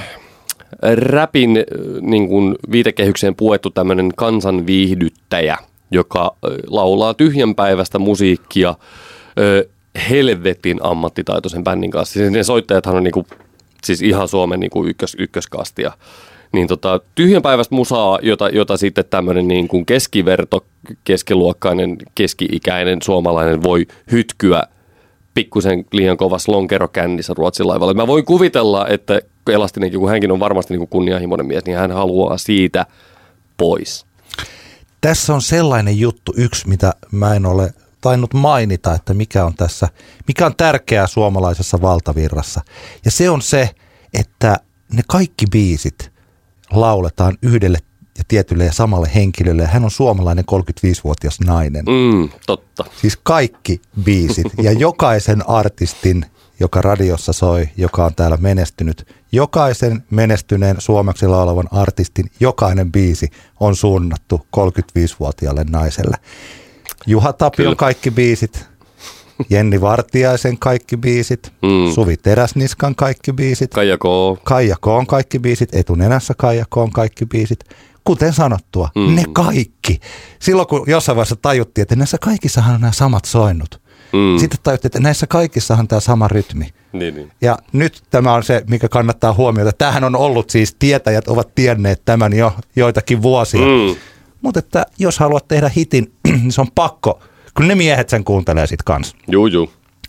räpin niin kuin viitekehykseen puettu tämmöinen kansanviihdyttäjä, joka laulaa tyhjänpäiväistä musiikkia ö, helvetin ammattitaitoisen bändin kanssa. Siis ne soittajathan on niin kuin, siis ihan Suomen niin kuin ykkös, ykköskastia. Niin tota, tyhjänpäiväistä musaa, jota, jota sitten tämmöinen niin kuin keskiverto, keskiluokkainen, keski-ikäinen suomalainen voi hytkyä pikkusen liian kovassa lonkerokännissä Ruotsin laivalla. Mä voin kuvitella, että Elastinenkin, kun hänkin on varmasti niin kuin kunnianhimoinen mies, niin hän haluaa siitä pois. Tässä on sellainen juttu, yksi, mitä mä en ole tainnut mainita, että mikä on tässä, mikä on tärkeää suomalaisessa valtavirrassa. Ja se on se, että ne kaikki biisit lauletaan yhdelle ja tietylle ja samalle henkilölle. Ja hän on suomalainen kolmekymmentäviisivuotias nainen. Mm, totta. Siis kaikki biisit ja jokaisen artistin, joka radiossa soi, joka on täällä menestynyt, jokaisen menestyneen suomeksi laulavan artistin jokainen biisi on suunnattu kolmekymmentäviisivuotiaalle naiselle. Juha Tapion Kyllä. kaikki biisit, Jenni Vartiaisen kaikki biisit, mm. Suvi Teräsniskan kaikki biisit, Kaija K. Kaija K:n kaikki biisit, Etunenässä Kaija K:n kaikki biisit. Kuten sanottua, mm. ne kaikki. Silloin kun jossain vaiheessa tajuttiin, että näissä kaikissahan on nämä samat soinnut. Mm. Sitten tajuttiin, että näissä kaikissahan on tämä sama rytmi. Niin, niin. Ja nyt tämä on se, mikä kannattaa huomioida. Tämähän on ollut siis, tietäjät ovat tienneet tämän jo joitakin vuosia. Mm. Mutta että jos haluat tehdä hitin, niin se on pakko. Kyllä ne miehet sen kuuntelee sitten kanssa. Juu, juu.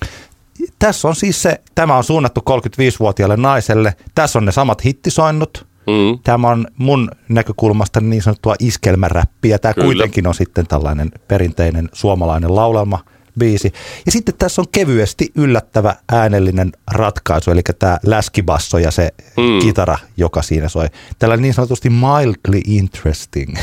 Tässä on siis se, tämä on suunnattu kolmekymmentäviisivuotiaalle naiselle. Tässä on ne samat hittisoinnut. Mm. Tämä on mun näkökulmasta niin sanottua iskelmäräppiä. Tämä Kyllä. kuitenkin on sitten tällainen perinteinen suomalainen laulama biisi. Ja sitten tässä on kevyesti yllättävä äänellinen ratkaisu, eli tämä läskibasso ja se mm. kitara, joka siinä soi. Tällä niin sanotusti mildly interesting.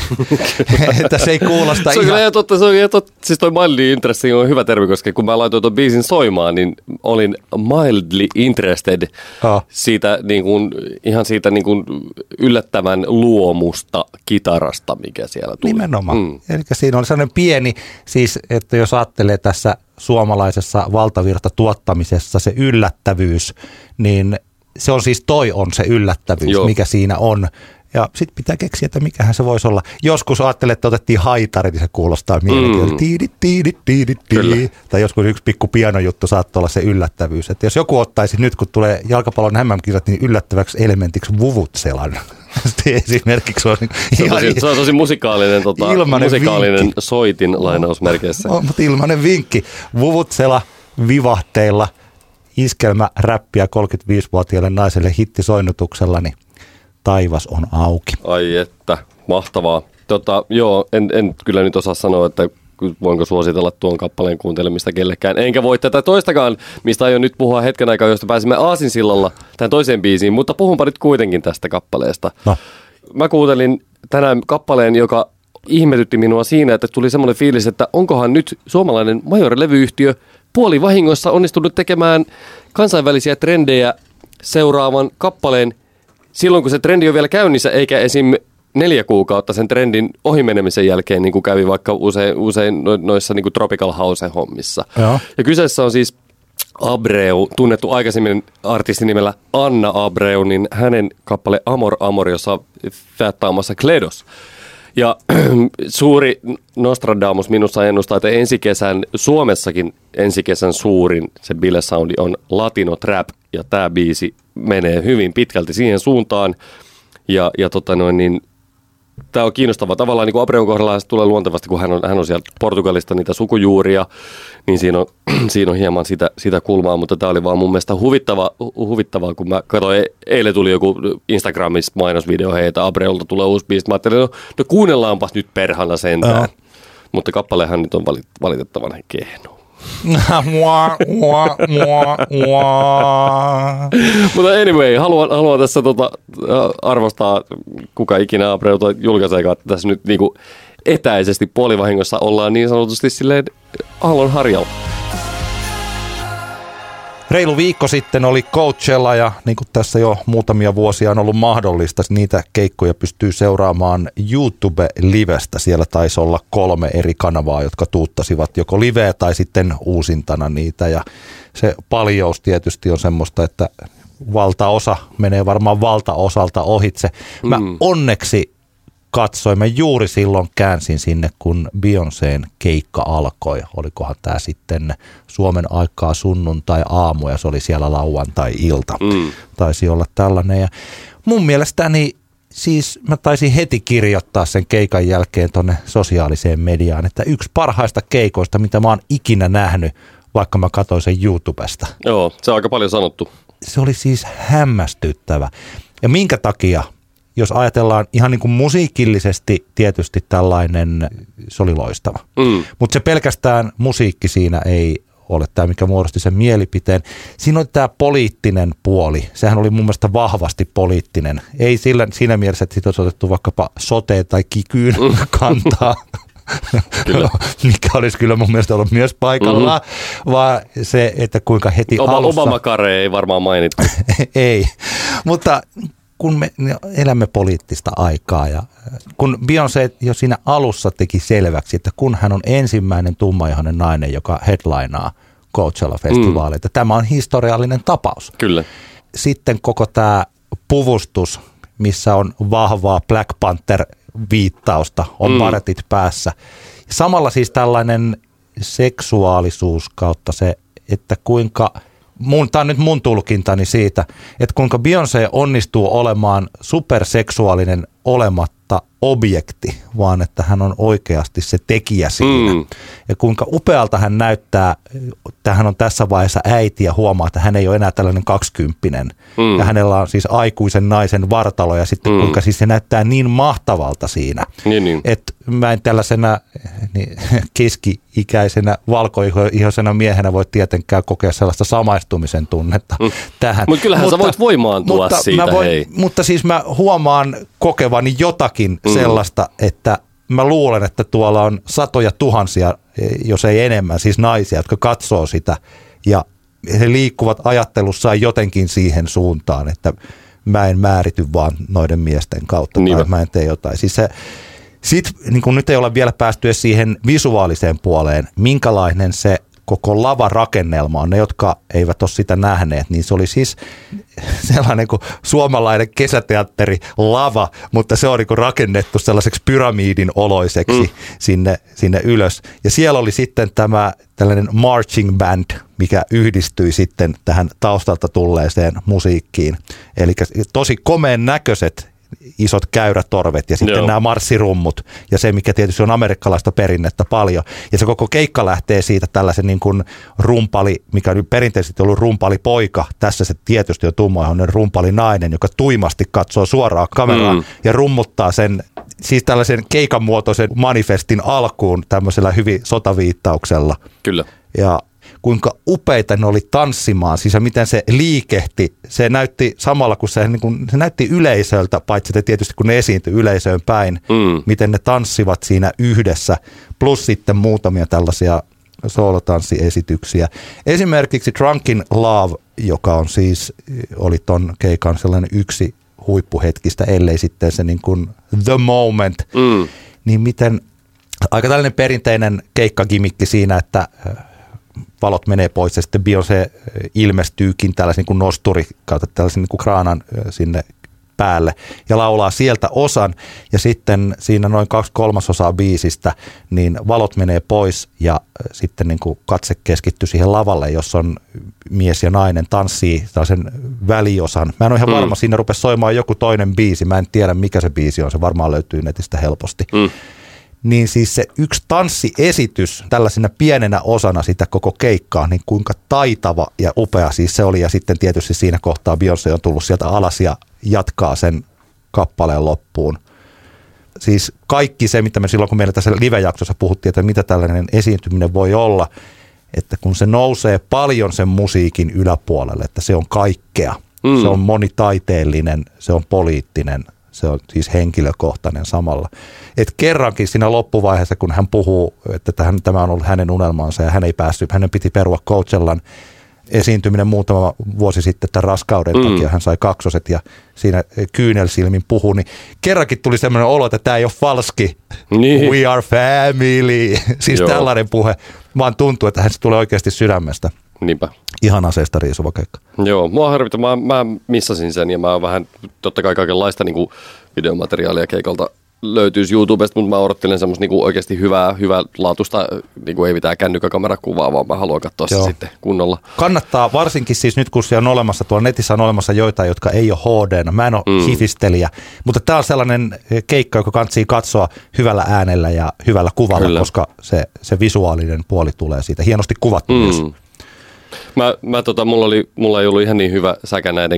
Että se ei kuulosta se ihan... On totta, se on ihan totta. Siis toi mildly interesting on hyvä termi, koska kun mä laitoin tuon biisin soimaan, niin olin mildly interested oh. siitä niin kuin, ihan siitä niin kuin yllättävän luomusta kitarasta, mikä siellä tuli. Nimenomaan. Mm. Eli siinä on sellainen pieni, siis että jos ajattelee tässä suomalaisessa valtavirtatuottamisessa se yllättävyys, niin se on siis toi on se yllättävyys, Joo. mikä siinä on. Ja sitten pitää keksiä, että mikähän se voisi olla. Joskus ajattelee, että otettiin haitari, niin se kuulostaa mielenkiintoista. Mm. Tiidi, tiidi, tiidi, tiidi. Tai joskus yksi pikku pianojuttu saattaa olla se yllättävyys. Että jos joku ottaisi nyt, kun tulee jalkapallon M M-kisat, niin yllättäväksi elementiksi vuvutselan. Esimerkiksi on se on tosi, se on tosi musikaalinen, tota, musikaalinen soitin lainausmerkeissä. On, mutta ilmainen vinkki. Vuvutsela vivahteilla iskelmä räppiä kolmekymmentäviisivuotiaalle naiselle hittisoinnutuksella, niin taivas on auki. Ai että, mahtavaa. Tota, joo, en, en kyllä nyt osaa sanoa, että voinko suositella tuon kappaleen kuuntelemista kellekään. Enkä voi tätä toistakaan, mistä aion nyt puhua hetken aikaa, josta pääsimme aasinsillalla tähän toiseen biisiin, mutta puhunpa nyt kuitenkin tästä kappaleesta. No. Mä kuuntelin tänään kappaleen, joka ihmetytti minua siinä, että tuli semmoinen fiilis, että onkohan nyt suomalainen Major-levyyhtiö puoli vahingossa onnistunut tekemään kansainvälisiä trendejä seuraavan kappaleen silloin, kun se trendi on vielä käynnissä, eikä esim. neljä kuukautta sen trendin ohimenemisen jälkeen, niin kuin kävi vaikka usein, usein noissa niin kuin Tropical House-hommissa. Ja. ja kyseessä on siis Abreu, tunnettu aikaisemmin artistin nimellä Anna Abreu, niin hänen kappale Amor Amor, jossa fättäamassa Kledos. Ja suuri Nostradamus minussa ennustaa, että ensi kesän, Suomessakin ensi kesän suurin se bilesoundi on Latino Trap, ja tämä biisi menee hyvin pitkälti siihen suuntaan. Ja, ja tota noin, niin tämä on kiinnostavaa. Tavallaan niin kuin Abreun kohdalla se tulee luontevasti, kun hän on, hän on sieltä Portugalista niitä sukujuuria, niin siinä on, siinä on hieman sitä, sitä kulmaa, mutta tämä oli vaan mun mielestä huvittava, huvittavaa, kun mä katsoin, eilen tuli joku Instagramissa mainosvideo, hei, että Abreulta tulee uusi biisi. Mä ajattelin, no, no kuunnellaanpas nyt perhana sentään. No. Mutta kappalehan nyt on valit, valitettavan kehno. Mutta anyway, haluan, haluan tässä tota, arvostaa, kuka ikinä Abreuta julkaiseekaan, että tässä nyt niinku etäisesti puolivahingossa ollaan niin sanotusti silleen aallon harjalla. Reilu viikko sitten oli Coachella ja niin kuin tässä jo muutamia vuosia on ollut mahdollista, niitä keikkoja pystyy seuraamaan YouTube-livestä. Siellä taisi olla kolme eri kanavaa, jotka tuuttasivat joko liveä tai sitten uusintana niitä. Ja se paljous tietysti on semmoista, että valtaosa menee varmaan valtaosalta ohitse. Mä mm. onneksi katsoin, mä juuri silloin käänsin sinne, kun Beyoncén keikka alkoi. Olikohan tämä sitten Suomen aikaa sunnuntai-aamu ja se oli siellä lauantai-ilta. Mm. Taisi olla tällainen. Ja mun mielestäni siis mä taisin heti kirjoittaa sen keikan jälkeen tonne sosiaaliseen mediaan, että yksi parhaista keikoista, mitä mä oon ikinä nähnyt, vaikka mä katsoin sen YouTubesta. Joo, se on aika paljon sanottu. Se oli siis hämmästyttävä. Ja minkä takia? Jos ajatellaan ihan niin kuin musiikillisesti tietysti tällainen, se oli loistava. Mm. Mutta se pelkästään musiikki siinä ei ole tämä, mikä muodosti sen mielipiteen. Siinä on tämä poliittinen puoli. Sehän oli mun mielestä vahvasti poliittinen. Ei sillä, siinä mielessä, että siitä olisi otettu vaikkapa soteen tai kikyyn mm. kantaa. Kyllä. Mikä olisi kyllä mun mielestä ollut myös paikallaan, mm-hmm. vaan se, että kuinka heti Obama, alussa... Obama-kare ei varmaan mainittu. Ei, mutta... kun me elämme poliittista aikaa ja kun Beyoncé jo siinä alussa teki selväksi, että kun hän on ensimmäinen tummaihoinen nainen, joka headlinaa Coachella-festivaaleita, mm. tämä on historiallinen tapaus. Kyllä. Sitten koko tämä puvustus, missä on vahvaa Black Panther-viittausta, on mm. vartit päässä. Samalla siis tällainen seksuaalisuus kautta se, että kuinka... Mun, tämä on nyt mun tulkintani siitä, että kuinka Beyoncé onnistuu olemaan superseksuaalinen olematta objekti, vaan että hän on oikeasti se tekijä siinä. Mm. Ja kuinka upealta hän näyttää, että hän on tässä vaiheessa äiti ja huomaa, että hän ei ole enää tällainen kaksikymppinen. Mm. Ja hänellä on siis aikuisen naisen vartalo ja sitten mm. kuinka siis se näyttää niin mahtavalta siinä. Niin, niin. Että mä en tällaisena niin, keski-ikäisenä valkoihoisena miehenä voi tietenkään kokea sellaista samaistumisen tunnetta mm. tähän. Mut kyllähän mutta kyllähän sä voit voimaantua mutta siitä, voin, hei. Mutta siis mä huomaan kokevani jotakin mm. sellaista, että mä luulen, että tuolla on satoja tuhansia, jos ei enemmän, siis naisia, jotka katsoo sitä ja he liikkuvat ajattelussaan jotenkin siihen suuntaan, että mä en määrity vaan noiden miesten kautta niin tai mä en tee jotain. Siis se, sit, niin kun nyt ei olla vielä päästy siihen visuaaliseen puoleen, minkälainen se koko lavarakennelma on, ne jotka eivät ole sitä nähneet, niin se oli siis sellainen kuin suomalainen kesäteatteri lava, mutta se on niin kuin rakennettu sellaiseksi pyramiidin oloiseksi mm. sinne, sinne ylös. Ja siellä oli sitten tämä tällainen marching band, mikä yhdistyi sitten tähän taustalta tulleeseen musiikkiin. Eli tosi komeen näköiset isot käyrätorvet ja sitten Joo. nämä marssirummut ja se, mikä tietysti on amerikkalaista perinnettä paljon. Ja se koko keikka lähtee siitä tällaisen niin kuin rumpali, mikä on perinteisesti ollut rumpalipoika. Tässä se tietysti on tummaihoinen rumpalinainen, joka tuimasti katsoo suoraan kameraan mm. ja rummuttaa sen, siis tällaisen keikan muotoisen manifestin alkuun tämmöisellä hyvin sotaviittauksella. Kyllä. Ja kuinka upeita ne oli tanssimaan, siis miten se liikehti, se näytti samalla kun se, niin kun, se näytti yleisöltä, paitsi että tietysti kun ne esiintyi yleisöön päin, mm. miten ne tanssivat siinä yhdessä, plus sitten muutamia tällaisia soolotanssiesityksiä. Esimerkiksi Drunkin Love, joka on siis, oli ton keikan sellainen yksi huippuhetkistä, ellei sitten se niin kuin The Moment, mm. niin miten, aika tällainen perinteinen keikkagimikki siinä, että valot menee pois ja sitten Beyoncé ilmestyykin tällaisen niin kuin nosturi kautta tällaisen niin kuin kraanan sinne päälle ja laulaa sieltä osan ja sitten siinä noin kaksi kolmasosaa biisistä niin valot menee pois ja sitten niin kuin katse keskittyy siihen lavalle, jossa on mies ja nainen tanssii sen väliosan. Mä en ole ihan varma, mm. siinä rupesi soimaan joku toinen biisi, mä en tiedä mikä se biisi on, se varmaan löytyy netistä helposti. Mm. Niin siis se yksi tanssiesitys tällaisena pienenä osana sitä koko keikkaa, niin kuinka taitava ja upea siis se oli. Ja sitten tietysti siinä kohtaa Beyoncé on tullut sieltä alas ja jatkaa sen kappaleen loppuun. Siis kaikki se, mitä me silloin, kun meillä tässä live-jaksossa puhuttiin, että mitä tällainen esiintyminen voi olla, että kun se nousee paljon sen musiikin yläpuolelle, että se on kaikkea. Mm. Se on monitaiteellinen, se on poliittinen. Se on siis henkilökohtainen samalla. Et kerrankin siinä loppuvaiheessa, kun hän puhuu, että tähän, tämä on ollut hänen unelmansa ja hän ei päässyt, hänen piti perua Coachellan esiintyminen muutama vuosi sitten tämän raskauden mm. takia. Hän sai kaksoset ja siinä kyynelsilmin puhui, niin kerrankin tuli sellainen olo, että tämä ei ole falski. Niin. We are family. Siis Joo. tällainen puhe, vaan tuntuu, että hän tulee oikeasti sydämestä. Niinpä. Ihan aseesta riisuva keikka. Joo, mua harvita. Mä, mä missasin sen ja mä vähän, totta kai kaikenlaista niin kuin videomateriaalia keikalta löytyisi YouTubesta, mutta mä odottelen semmoista niin kuin oikeasti hyvää, hyvää laatusta, niin kuin ei mitään kännykkäkamerakuvaa, vaan mä haluan katsoa se sitten kunnolla. Kannattaa varsinkin siis nyt, kun se on olemassa, tuolla netissä on olemassa joitain, jotka ei ole H D:nä. Mä en ole mm. hifistelijä, mutta tää on sellainen keikka, joka kannattaa katsoa hyvällä äänellä ja hyvällä kuvalla, Kyllä. koska se, se visuaalinen puoli tulee siitä. Hienosti kuvattu mm. myös. Mä, mä tota, mulla, oli, mulla ei ollut ihan niin hyvä säkä näiden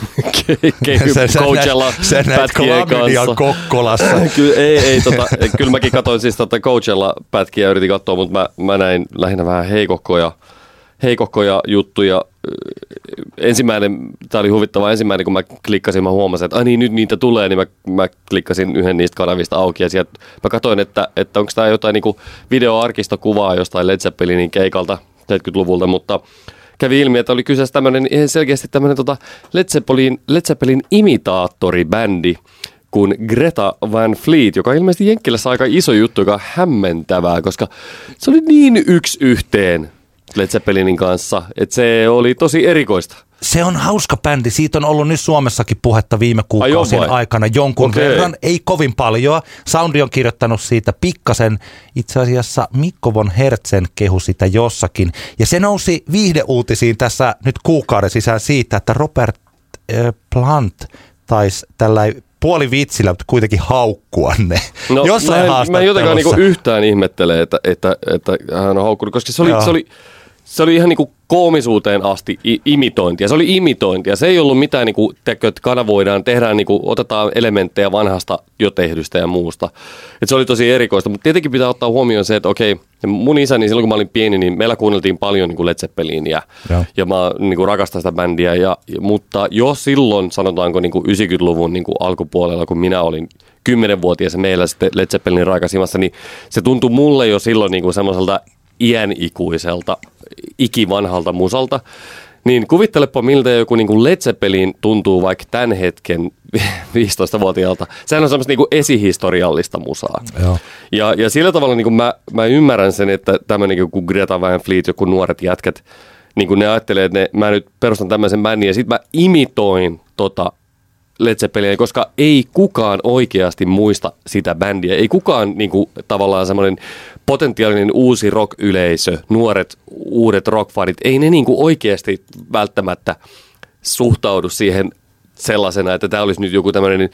Coachella pätkien kanssa. Kokkolassa. Kyllä, ei, ei, tota, kyllä mäkin katsoin siis tota Coachella pätkiä ja yritin katsoa, mutta mä, mä näin lähinnä vähän heikokkoja, heikokkoja juttuja. Ensimmäinen, tää oli huvittava ensimmäinen, kun mä klikkasin, mä huomasin, että ai niin, nyt niitä tulee, niin mä, mä klikkasin yhden niistä kanavista auki ja sieltä mä katsoin, että, että onko tää jotain niinku videoarkistokuvaa jostain Led Zeppelinin keikalta seitsemänkymmentäluvulta, mutta kävi ilmi, että oli kyseessä tämmöinen selkeästi tämmöinen tota Led Zeppelin, Led Zeppelin imitaattoribändi kuin Greta Van Fleet, joka on ilmeisesti Jenkkilässä aika iso juttu, joka on hämmentävää, koska se oli niin yksi yhteen Led Zeppelinin kanssa, että se oli tosi erikoista. Se on hauska bändi. Siitä on ollut nyt Suomessakin puhetta viime kuukausien Ai aikana jonkun okay. verran. Ei kovin paljon. Soundi on kirjoittanut siitä pikkasen. Itse asiassa Mikko von Hertzen kehui sitä jossakin. Ja se nousi viihdeuutisiin tässä nyt kuukauden sisään siitä, että Robert äh, Plant taisi tällainen puoli vitsillä, mutta kuitenkin haukkua ne. No, jossain mä, en, mä en jotenkaan niinku yhtään ihmettele, että, että, että hän on haukkunut, koska se oli, se oli, se oli ihan niinku koomisuuteen asti i- imitointia. Se oli imitointia. Se ei ollut mitään, niinku, että kanavoidaan, tehdään, niinku, otetaan elementtejä vanhasta jo tehdystä ja muusta. Et se oli tosi erikoista, mutta tietenkin pitää ottaa huomioon se, että okei, mun isäni silloin kun mä olin pieni, niin meillä kuunneltiin paljon niinku Led Zeppelinia ja, ja mä niinku rakastan sitä bändiä. Ja, mutta jo silloin, sanotaanko niinku yhdeksänkymmentäluvun niinku alkupuolella, kun minä olin kymmenvuotias ja meillä sitten Led Zeppelinin raikasimassa, niin se tuntui mulle jo silloin niinku semmoiselta iänikuiselta, ikivanhalta musalta, niin kuvittelepa miltä joku niin kuin Led Zeppelin tuntuu vaikka tämän hetken viisitoistavuotiaalta. Sehän on semmoista niin kuin esihistoriallista musaa. Joo. Ja, ja sillä tavalla niin kuin mä, mä ymmärrän sen, että tämmöinen joku Greta Van Fleet, joku nuoret jätkät, niin kuin ne ajattelee, että ne, mä nyt perustan tämmöisen bändin ja sitten mä imitoin tota Led Zeppelinia, koska ei kukaan oikeasti muista sitä bändiä. Ei kukaan niin kuin, tavallaan semmoinen potentiaalinen uusi rock-yleisö, nuoret, uudet rockfanit, ei ne niin kuin oikeasti välttämättä suhtaudu siihen sellaisena, että tämä olisi nyt joku tämmöinen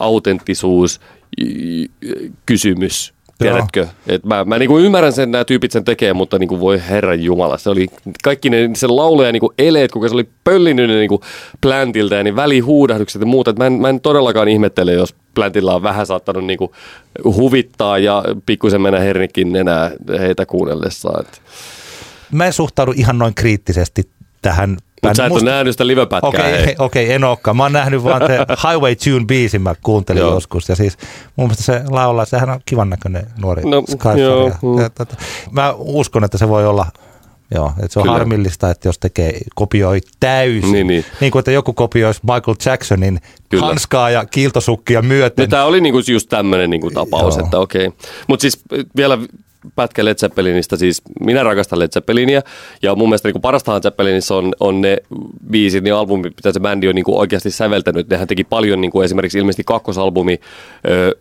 autenttisuuskysymys. Tiedätkö? Et mä mä niinku ymmärrän sen, nämä tyypit sen tekee, mutta niinku voi herran jumala. Se oli kaikki ne sen lauluja niinku eleet, kuinka se oli pöllinyt ne niinku Plantilta ja niin välihuudahdukset ja muuta. Mä en, mä en todellakaan ihmettele, jos Plantilla on vähän saattanut niinku huvittaa ja pikkusen mennä hernikin enää heitä kuunnellessaan. Mä en suhtaudu ihan noin kriittisesti tähän. Mutta sä et ole nähnyt sitä livepätkää. Okei, okay, okay, en olekaan. Mä oon nähnyt vaan te Highway Tune-biisin, mä kuuntelin joskus. Ja siis mun mielestä se laulaa, sehän on kivan näköinen nuori no, Skyfaria. Mä uskon, että se voi olla, joo, että se on Kyllä. harmillista, että jos tekee, kopioi täysin. Niin, niin. niin kuin, että joku kopioisi Michael Jacksonin Kyllä. hanskaa ja kiiltosukkia myöten. No, tämä oli niinku just tämmöinen niinku tapaus, joo. että okei. Okay. Mutta siis vielä pätkä Led Zeppelinistä, siis minä rakastan Led Zeppelinia, ja mun mielestä niin parastahan Zeppelinissä on, on ne biisit, ne albumit, mitä se bändi on niin oikeasti säveltänyt. Nehän teki paljon, niin kuin esimerkiksi ilmeisesti kakkosalbumi, öö,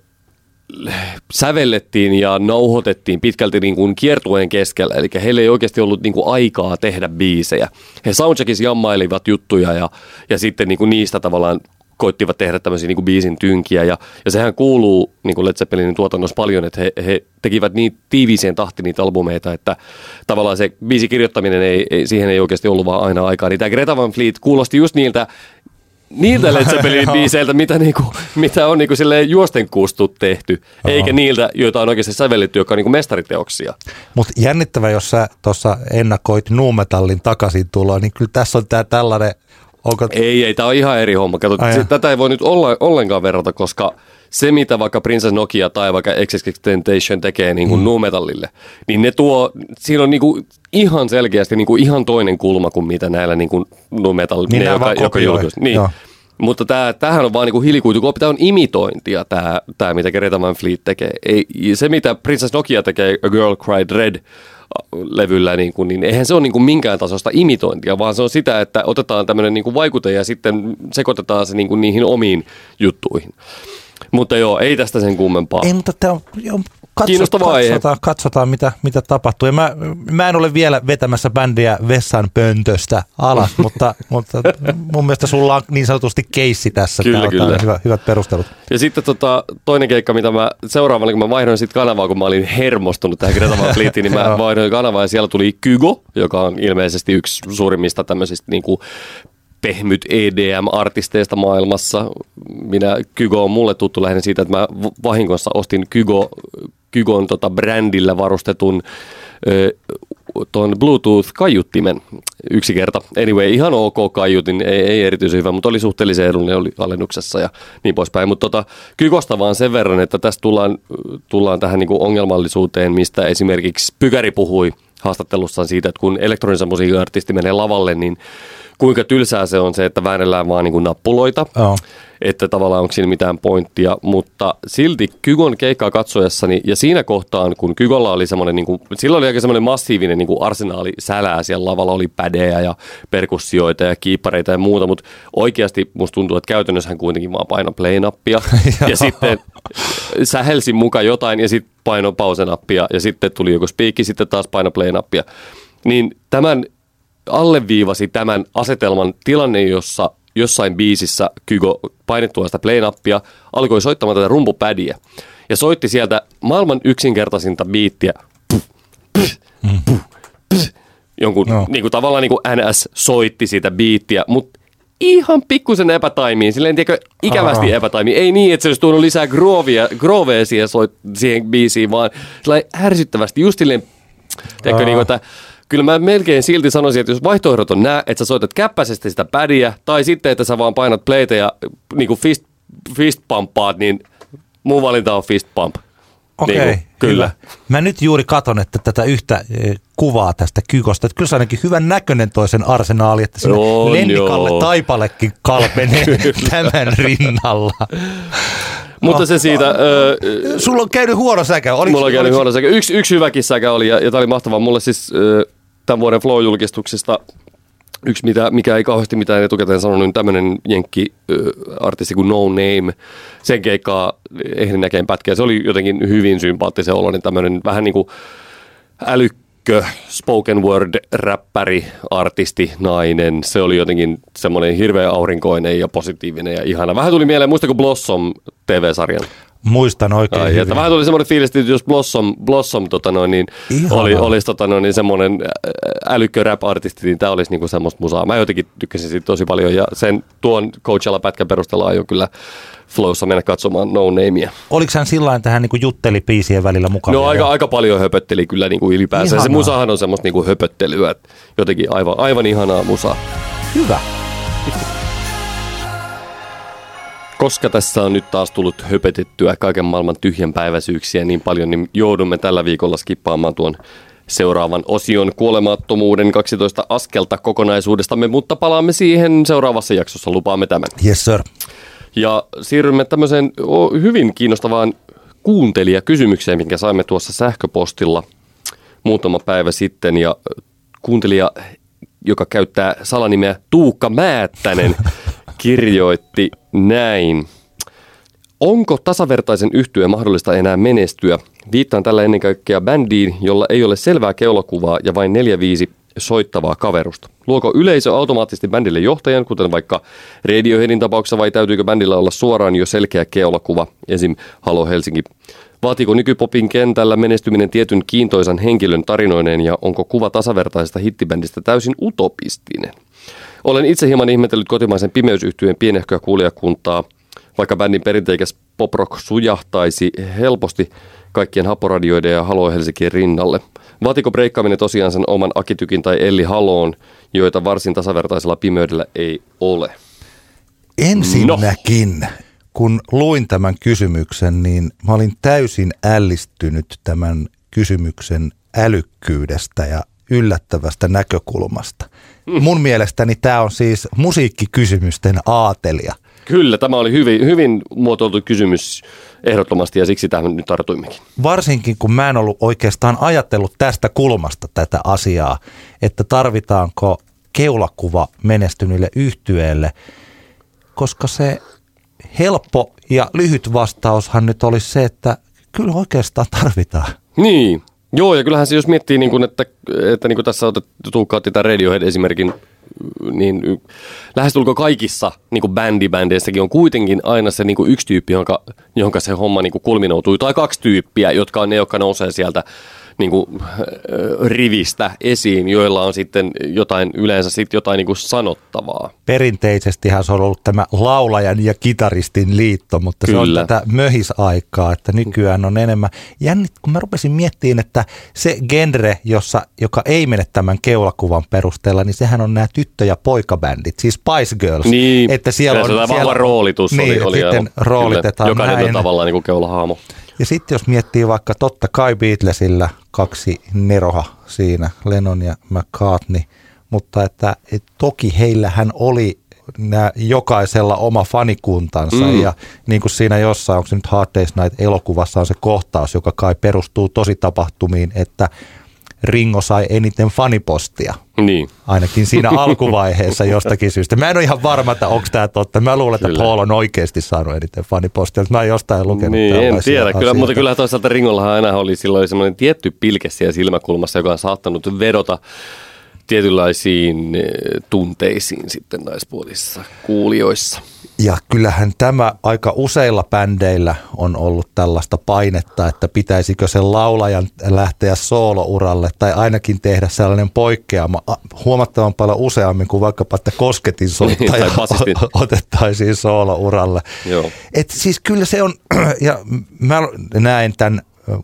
sävellettiin ja nauhoitettiin pitkälti niin kuin kiertueen keskellä, eli heillä ei oikeasti ollut niin kuin aikaa tehdä biisejä. He soundcheckissa jammailivat juttuja ja, ja sitten niin kuin niistä tavallaan koittivat tehdä tämmöisiä niin kuin biisin tynkiä, ja, ja sehän kuuluu niin kuin Led Zeppelinin tuotannossa paljon, että he, he tekivät niin tiiviiseen tahtiin niitä albumeita, että tavallaan se biisin kirjoittaminen, ei, ei, siihen ei oikeasti ollut vaan aina aikaa. Niin tämä Greta Van Fleet kuulosti just niiltä, niiltä Led Zeppelinin biiseiltä, mitä, niinku, mitä on niinku juostenkuustu tehty, Oho. eikä niiltä, joita on oikeasti sävelletty, jotka on niinku mestariteoksia. Mutta jännittävä, jos sä tuossa ennakoit nu metallin takaisin tuloa, niin kyllä tässä on tää tällainen... Onko... Ei, ei, tämä on ihan eri homma. Kato, Ai tätä ei voi nyt olla, ollenkaan verrata, koska se, mitä vaikka Princess Nokia tai vaikka X X Temptation tekee niin kuin mm. nu metallille, niin ne tuo, siinä on niin kuin ihan selkeästi niin kuin ihan toinen kulma kuin mitä näillä niin kuin nu metallilla, niin ne, joka, joka julkaisi. Niin. Mutta tämä, tämähän on vaan niin kuin hilikuitukoppi, tämä on imitointia, tämä, tämä mitä Greta Van Fleet tekee. Ei, se, mitä Princess Nokia tekee A Girl Cried Red levyllä, niin, kuin, niin eihän se ole niin kuin minkään tasosta imitointia, vaan se on sitä, että otetaan tämmöinen niin kuin vaikute ja sitten sekoitetaan se niin kuin niihin omiin juttuihin. Mutta joo, ei tästä sen kummempaa. Ei, mutta tämä on, on Katso, katsotaan, katsotaan mitä, mitä tapahtuu. Ja mä, mä en ole vielä vetämässä bändiä vessan pöntöstä alas, mutta, mutta mun mielestä sulla on niin sanotusti keissi tässä. Kyllä, Tää kyllä. Hyvä, hyvät perustelut. Ja sitten tota, toinen keikka, mitä mä seuraavalla, kun mä vaihdoin sitten kanavaa, kun mä olin hermostunut tähän Greta Van Fleetiin, niin mä vaihdoin kanavaa ja siellä tuli Kygo, joka on ilmeisesti yksi suurimmista tämmöisistä niinku pehmyt E D M-artisteista maailmassa. Minä, Kygo on mulle tuttu lähinnä siitä, että mä vahingossa ostin Kygo, Kygon tota brändillä varustetun ö, tuon Bluetooth-kaiuttimen yksi kerta. Anyway, ihan ok kaiutin, ei, ei erityisen hyvä, mutta oli suhteellisen edullinen, oli alennuksessa ja niin poispäin. Mutta tota, Kygosta vaan sen verran, että tässä tullaan, tullaan tähän niinku ongelmallisuuteen, mistä esimerkiksi Pykäri puhui haastattelussaan siitä, että kun elektronisen musiikin artisti menee lavalle, niin kuinka tylsää se on se, että väännellään vaan niin kuin nappuloita, oh. että tavallaan onko siinä mitään pointtia, mutta silti Kygon keikkaa katsoessani, ja siinä kohtaan, kun Kygolla oli semmoinen, niin kuin, silloin oli aika semmoinen massiivinen niin kuin arsenaali sälää, siellä lavalla oli pädejä ja perkussioita ja kiippareita ja muuta, mutta oikeasti musta tuntuu, että käytännössä hän kuitenkin vaan paino play-nappia, ja sitten sähelsi mukaan jotain, ja sitten paino pause-nappia, ja sitten tuli joku spiikki, sitten taas paino play-nappia, niin tämän alleviivasi tämän asetelman tilanne, jossa jossain biisissä Kygo painettua sitä play-nappia alkoi soittamaan tätä rumpupädiä ja soitti sieltä maailman yksinkertaisinta biittiä puh, puh, puh, puh, jonkun no. niin kuin, tavallaan niin kuin N S soitti sitä biittiä, mutta ihan pikkusen epätaimiin, silleen tiedätkö, ikävästi Aha. epätaimiin. Ei niin, että se olisi tuonut lisää groovia, groovea siihen, soit, siihen biisiin, vaan ärsyttävästi just silleen, tiedätkö, niin kuin, että kyllä mä melkein silti sanoisin, että jos vaihtoehdot on nämä, että sä soitat käppäisesti sitä pädiä, tai sitten, että sä vaan painat playtä ja niin kuin fist, fist pumppaat, niin mun valinta on fist pump. Okei, niin kuin, kyllä. Mä nyt juuri katon, että tätä yhtä e, kuvaa tästä Kygosta, että kyllä se ainakin hyvän näköinen toisen arsenaali, että sinne on, Lennikalle joo. Taipalekin kalpenee tämän rinnalla. Mutta se siitä... Öö, Sulla on käynyt huono säkä. Oliko, mulla on käynyt oliko... huono säkä. Yksi, yksi hyväkin säkä oli, ja, ja tämä oli mahtavaa. Mulle siis öö, tämän vuoden Flow-julkistuksista yksi, mitä, mikä ei kauheasti mitään etukäteen sanonut, niin tämmöinen jenkki-artisti kuin No Name. Sen keikkaa ehdin näkeen pätkiä. Se oli jotenkin hyvin sympaattisen oloinen, tämmöinen vähän niin kuin älykkö spoken word-räppäri, artisti, nainen. Se oli jotenkin semmoinen hirveän aurinkoinen ja positiivinen ja ihana. Vähän tuli mieleen, muistako Blossom T V-sarjan? Muistan oikein Ai, hyvin. Vähän tuli semmoinen fiilis, että jos Blossom, Blossom tota noin, niin oli, olisi tota noin, niin semmoinen älykkö rap-artisti, niin tämä olisi niinku semmoista musaa. Mä jotenkin tykkäsin siitä tosi paljon, ja sen tuon Coachella-pätkän perusteella aion kyllä Flowssa mennä katsomaan No Namea. Oliko hän sillain, että hän niinku jutteli biisien välillä mukaan? No aika, aika paljon höpötteli kyllä niinku ylipäänsä. Ihanaa. Se musahan on semmoista niinku höpöttelyä, jotenkin aivan, aivan ihanaa musaa. Hyvä. Koska tässä on nyt taas tullut höpötettyä kaiken maailman tyhjänpäiväisyyksiä niin paljon, niin joudumme tällä viikolla skippaamaan tuon seuraavan osion kuolemattomuuden kaksitoista askelta kokonaisuudestamme, mutta palaamme siihen seuraavassa jaksossa, lupaamme tämän. Yes sir. Ja siirrymme tämmöiseen hyvin kiinnostavaan kuuntelijakysymykseen, minkä saimme tuossa sähköpostilla muutama päivä sitten. Ja kuuntelija, joka käyttää salanimeä Tuukka Määttänen, kirjoitti näin. Onko tasavertaisen yhtyeen mahdollista enää menestyä? Viittaan tällä ennen kaikkea bändiin, jolla ei ole selvää keulakuvaa ja vain neljä viisi soittavaa kaverusta. Luoko yleisö automaattisesti bändille johtajan, kuten vaikka Radioheadin tapauksessa, vai täytyykö bändillä olla suoraan jo selkeä keulakuva, esim. Halo Helsinki? Vaatiiko nykypopin kentällä menestyminen tietyn kiintoisan henkilön tarinoineen ja onko kuva tasavertaisesta hittibändistä täysin utopistinen? Olen itse hieman ihmetellyt kotimaisen pimeysyhtyeen pienehköä kuulijakuntaa, vaikka bändin perinteikäs pop-rock sujahtaisi helposti kaikkien haporadioiden ja Halo Helsingin rinnalle. Vaatiko breikkaaminen tosiaan sen oman Akitykin tai Elli Haloon, joita varsin tasavertaisella pimeydellä ei ole? Ensinnäkin, no. kun luin tämän kysymyksen, niin mä olin täysin ällistynyt tämän kysymyksen älykkyydestä ja yllättävästä näkökulmasta. Mm. Mun mielestäni tämä on siis musiikkikysymysten aatelia. Kyllä, tämä oli hyvin, hyvin muotoiltu kysymys ehdottomasti ja siksi tähän nyt tartuimmekin. Varsinkin kun mä en ollut oikeastaan ajatellut tästä kulmasta tätä asiaa, että tarvitaanko keulakuva menestyneille yhtyeelle, koska se helppo ja lyhyt vastaushan nyt olisi se, että kyllä oikeastaan tarvitaan. Niin. Joo, ja kyllähän se jos miettii, niin kuin, että, että niin kuin tässä otettu Tuukka otti tämän Radiohead-esimerkin, niin lähestulko kaikissa niin kuin bändibändeissäkin on kuitenkin aina se niin kuin yksi tyyppi, jonka, jonka se homma niin kuin kulminoutuu, tai kaksi tyyppiä, jotka on ne, jotka nousee sieltä niin kuin, äh, rivistä esiin, joilla on sitten jotain, yleensä sitten jotain niin kuin sanottavaa. Perinteisestihän se on ollut tämä laulajan ja kitaristin liitto, mutta Kyllä. se on tätä möhisaikaa, että nykyään on enemmän. Jännit, kun mä rupesin miettimään, että se genre, jossa, joka ei mene tämän keulakuvan perusteella, niin sehän on nämä tyttö- ja poikabändit, siis Spice Girls. Niin, että siellä on siellä, vahva roolitus niin, oli. oli sitten ja, roolitetaan jokainen näin. on tavallaan niin kuin keulahaamo. Ja sitten jos miettii vaikka totta kai Beatlesillä kaksi neroha siinä, Lennon ja McCartney, mutta että et toki heillähän oli nää, jokaisella oma fanikuntansa mm. ja niin kuin siinä jossain, onko se nyt Hard Day's Night -elokuvassa on se kohtaus, joka kai perustuu tositapahtumiin, että Ringo sai eniten fanipostia. Niin. Ainakin siinä alkuvaiheessa jostakin syystä. Mä en ole ihan varma, että onko tämä totta. Mä luulen, että kyllä. Paul on oikeasti saanut eniten fanipostia. Mä oon jostain lukenut niin, en tiedä. Kyllä, mutta kyllä toisaalta Ringollahan aina oli silloin semmoinen tietty pilke siellä silmäkulmassa, joka on saattanut vedota tietynlaisiin tunteisiin sitten naispuolisissa kuulijoissa. Ja kyllähän tämä aika useilla bändeillä on ollut tällaista painetta, että pitäisikö sen laulajan lähteä soolouralle tai ainakin tehdä sellainen poikkeama huomattavan paljon useammin kuin vaikkapa, että kosketin soittaja otettaisiin soolouralle. Joo. Et siis kyllä se on, ja mä näen tämän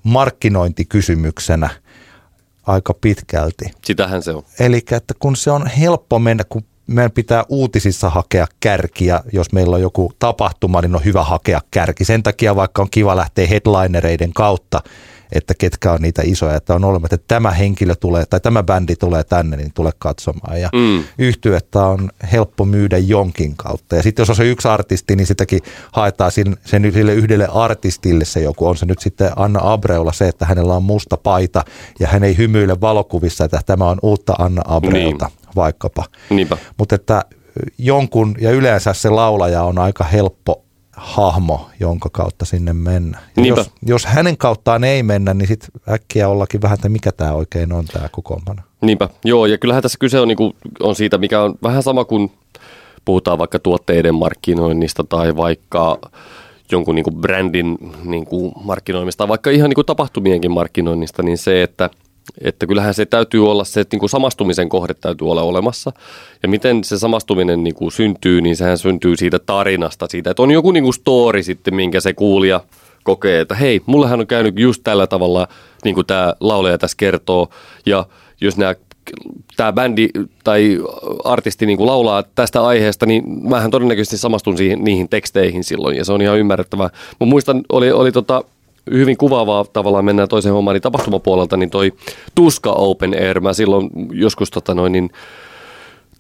markkinointikysymyksenä aika pitkälti. Sitähän se on. Eli että kun se on helppo mennä, kun meidän pitää uutisissa hakea kärkiä, jos meillä on joku tapahtuma, niin on hyvä hakea kärki. Sen takia vaikka on kiva lähteä headlinereiden kautta, että ketkä on niitä isoja, että on olemassa, että tämä henkilö tulee tai tämä bändi tulee tänne, niin tule katsomaan. Ja mm. yhtyettä on helppo myydä jonkin kautta. Ja sitten jos on se yksi artisti, niin sitäkin haetaan sen, sen yhdelle artistille se joku. On se nyt sitten Anna Abreula se, että hänellä on musta paita ja hän ei hymyile valokuvissa, että tämä on uutta Anna Abreulta niin. vaikkapa. Niinpä. Mutta että jonkun, ja yleensä se laulaja on aika helppo hahmo, jonka kautta sinne mennä. Jos, jos hänen kauttaan ei mennä, niin sitten äkkiä ollakin vähän, että mikä tämä oikein on tämä kokoonpano. Niinpä, joo, ja kyllähän tässä kyse on, niin kuin, on siitä, mikä on vähän sama kuin puhutaan vaikka tuotteiden markkinoinnista tai vaikka jonkun niin kuin brändin niin kuin markkinoimista tai vaikka ihan niin kuin tapahtumienkin markkinoinnista, niin se, että Että kyllähän se täytyy olla se, että niin kuin samastumisen kohde täytyy olla olemassa. Ja miten se samastuminen niin kuin syntyy, niin sehän syntyy siitä tarinasta, siitä, että on joku niin kuin story sitten, minkä se kuulija kokee, että hei, mullehan on käynyt just tällä tavalla, niin kuin tämä laulaja tässä kertoo. Ja jos nämä, tämä bändi tai artisti niin kuin laulaa tästä aiheesta, niin mähän todennäköisesti samastun siihen, niihin teksteihin silloin, ja se on ihan ymmärrettävää. Mä muistan, oli, oli tota... hyvin kuvaavaa tavallaan mennään toiseen hommaan, niin tapahtumapuolelta, niin toi Tuska Open Air, mä silloin joskus tota noin, niin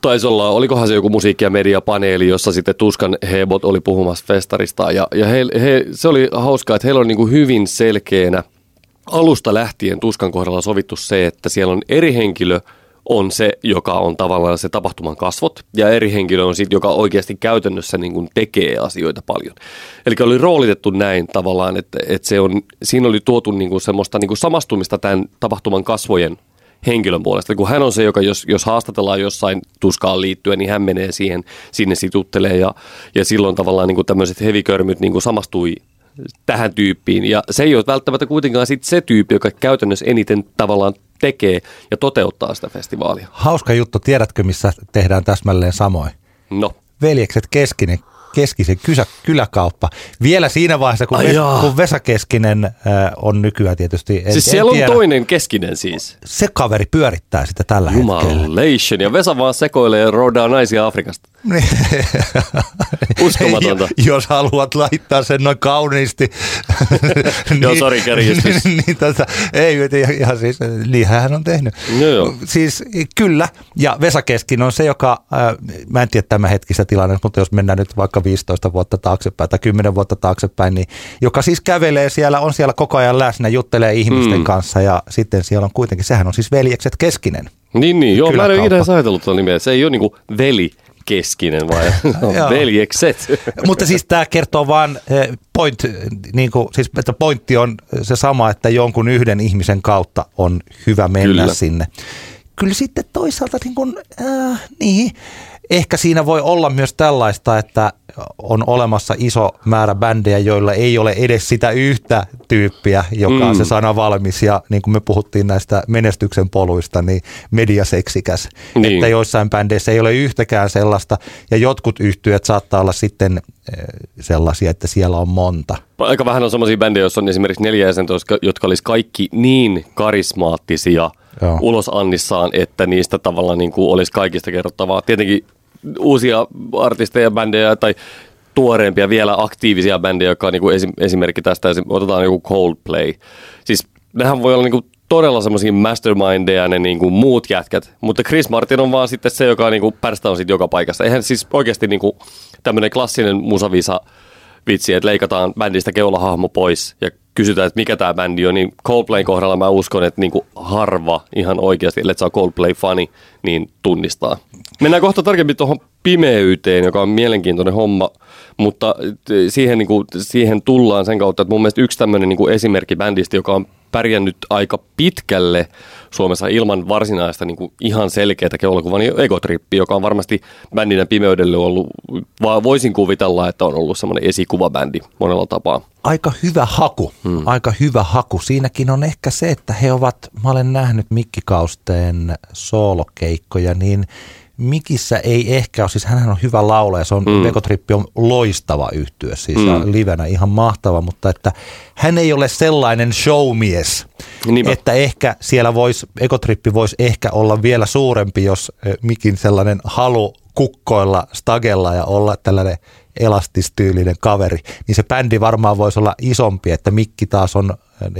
taisi olla, olikohan se joku musiikki- ja mediapaneeli, jossa sitten Tuskan Hebot oli puhumassa festarista. Ja, ja he, he, se oli hauskaa, että heillä on niin kuin hyvin selkeänä alusta lähtien Tuskan kohdalla sovittu se, että siellä on eri henkilö, on se, joka on tavallaan se tapahtuman kasvot, ja eri henkilö on sitten, joka oikeasti käytännössä niin kuin tekee asioita paljon. Eli oli roolitettu näin tavallaan, että, että se on, siinä oli tuotu niin kuin semmoista niin kuin samastumista tämän tapahtuman kasvojen henkilön puolesta. Kun hän on se, joka jos, jos haastatellaan jossain Tuskaan liittyen, niin hän menee siihen, sinne situttelee, ja, ja silloin tavallaan niin kuin tämmöiset hevikörmyt niin kuin samastui tähän tyyppiin. Ja se ei ole välttämättä kuitenkaan sit se tyyppi, joka käytännössä eniten tavallaan tekee ja toteuttaa sitä festivaalia. Hauska juttu, tiedätkö missä tehdään täsmälleen samoin? No. Veljekset Keskinen, Keskisen kysä, kyläkauppa. Vielä siinä vaiheessa, kun, Ves, kun Vesa Keskinen äh, on nykyään tietysti. En, siis en siellä tiedä. on toinen Keskinen siis. Se kaveri pyörittää sitä tällä hetkellä. Jumalation. Ja Vesa vaan sekoilee ja roudaa naisia Afrikasta. Uskomatonta. Ei, jos haluat laittaa sen noin kauniisti. niin, joo, sori kärjistys. niin, tota, ei, ihan siis, niin hän on tehnyt. No, joo. Siis kyllä, ja Vesa Keskinen on se, joka, äh, mä en tiedä tämä hetkistä tilanne, mutta jos mennään nyt vaikka viisitoista vuotta taaksepäin tai kymmenen vuotta taaksepäin, niin joka siis kävelee siellä, on siellä koko ajan läsnä, juttelee ihmisten mm. kanssa, ja sitten siellä on kuitenkin, sehän on siis Veljekset Keskinen. Niin, niin, joo, mä en ole ikinä ajatellut tuon nimeä, se ei ole niinku veli Keskinen vai veljekset. Mutta siis tämä kertoo vaan point, niin kuin, siis, että pointti on se sama, että jonkun yhden ihmisen kautta on hyvä mennä Kyllä. sinne. Kyllä sitten toisaalta niin kuin, äh, niin, ehkä siinä voi olla myös tällaista, että on olemassa iso määrä bändejä, joilla ei ole edes sitä yhtä tyyppiä, joka mm. on se sana valmis. Ja niin kuin me puhuttiin näistä menestyksen poluista, niin mediaseksikäs. Niin. Että joissain bändeissä ei ole yhtäkään sellaista. Ja jotkut yhtyöt saattaa olla sitten sellaisia, että siellä on monta. Aika vähän on sellaisia bändejä, joissa on esimerkiksi neljä jäsentä, jotka olisi kaikki niin karismaattisia Joo. ulos annissaan, että niistä tavallaan niin kuin olisi kaikista kerrottavaa. Tietenkin uusia artisteja, bändejä tai tuoreempia, vielä aktiivisia bändejä, joka on niin kuin esimerkki tästä. Otetaan joku Coldplay. Siis nehän voi olla niin kuin todella semmoisia mastermindeja ne niin kuin muut jätkät, mutta Chris Martin on vaan sitten se, joka niin kuin pärstä on sitten joka paikassa. Eihän siis oikeasti niin kuin tämmöinen klassinen musavisa vitsi, että leikataan bändistä keulahahmo pois ja kysytään, että mikä tämä bändi on, niin Coldplayn kohdalla mä uskon, että niinku harva ihan oikeasti, ellei sä ole Coldplay-fani, niin tunnistaa. Mennään kohta tarkemmin tuohon pimeyteen, joka on mielenkiintoinen homma, mutta siihen, niinku, siihen tullaan sen kautta, että mun mielestä yksi tämmöinen niinku esimerkki bändistä, joka on pärjännyt aika pitkälle Suomessa ilman varsinaista niin kuin ihan selkeää keulakuvaa, niin Egotrippi, joka on varmasti bändinä pimeydelle ollut, voisin kuvitella, että on ollut semmoinen esikuvabändi monella tapaa. Aika hyvä haku, hmm. aika hyvä haku. Siinäkin on ehkä se, että he ovat, mä olen nähnyt Mikki Kausteen soolokeikkoja, niin Mikissä ei ehkä ole, siis hänhän on hyvä laulaja, se on, mm. Egotrippi on loistava yhtye, siis mm. livenä ihan mahtava, mutta että hän ei ole sellainen showmies, Niinpä. Että ehkä siellä voisi, Egotrippi voisi ehkä olla vielä suurempi, jos Mikin sellainen halu kukkoilla, stagella ja olla tällainen elastistyylinen kaveri, niin se bändi varmaan voisi olla isompi, että Mikki taas on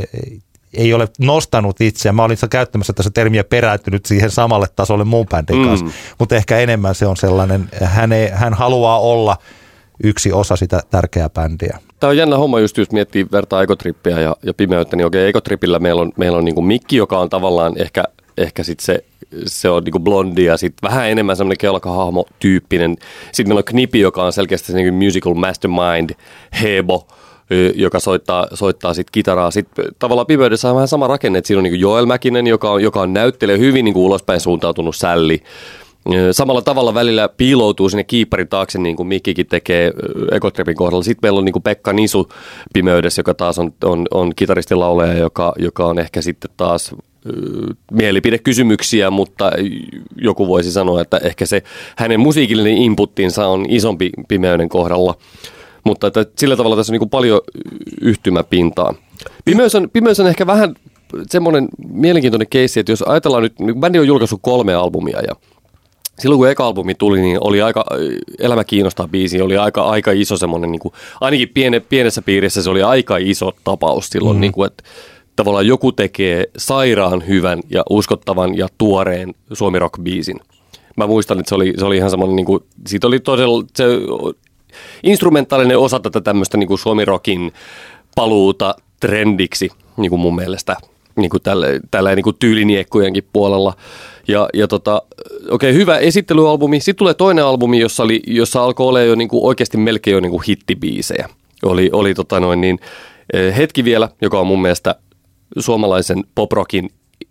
ei ole nostanut itseään. Mä olin käyttämässä tässä termiä perääntynyt siihen samalle tasolle muun bändin kanssa, mm. mutta ehkä enemmän se on sellainen, hän, ei, hän haluaa olla yksi osa sitä tärkeää bändiä. Tämä on jännä homma just, jos miettii vertaa Egotrippiä ja, ja pimeyttä, niin okei, Egotripillä meillä on, meillä on niin kuin Mikki, joka on tavallaan ehkä, ehkä sit se, se on niin kuin blondi ja sitten vähän enemmän semmoinen keulakahahmo-tyyppinen. Sitten meillä on Knipi, joka on selkeästi se niin kuin musical mastermind, Hebo, joka soittaa, soittaa sit kitaraa. Sitten tavallaan pimeydessä on vähän sama rakenne, että siinä on niin kuin Joel Mäkinen, joka on, joka on näyttelijä, hyvin niin kuin ulospäin suuntautunut sälli. Samalla tavalla välillä piiloutuu sinne kiipparin taakse, niin kuin Mikkikin tekee Egotripin kohdalla. Sitten meillä on niin kuin Pekka Nisu pimeydessä, joka taas on, on, on kitaristilaulaja, joka, joka on ehkä sitten taas äh, mielipidekysymyksiä, mutta joku voisi sanoa, että ehkä se hänen musiikillinen inputtinsa on isompi pimeyden kohdalla. Mutta että sillä tavalla tässä on niin kuin paljon yhtymäpintaa. Pimeys on, pimeys on ehkä vähän semmoinen mielenkiintoinen keissi, että jos ajatellaan nyt, bändi on julkaissut kolme albumia ja silloin kun eka albumi tuli, niin oli aika, Elämä kiinnostaa biisi, oli aika, aika iso semmoinen, niin kuin, ainakin piene, pienessä piirissä se oli aika iso tapaus silloin, mm. niin kuin, että tavallaan joku tekee sairaan hyvän ja uskottavan ja tuoreen suomi rock-biisin. Mä muistan, että se oli, se oli ihan semmoinen, niin kuin, siitä oli todella se instrumentaalinen osa tätä tämmöistä niin kuin suomi-rockin paluuta trendiksi, niin kuin mun mielestä, niin kuin tällä, tällä niin kuin tyyliniekkujenkin puolella. Ja, ja tota, okei, okay, hyvä esittelyalbumi. Sitten tulee toinen albumi, jossa, oli, jossa alkoi olla jo niin kuin oikeasti melkein jo niin kuin hittibiisejä. Oli, oli tota noin niin, Hetki vielä, joka on mun mielestä suomalaisen pop-rockin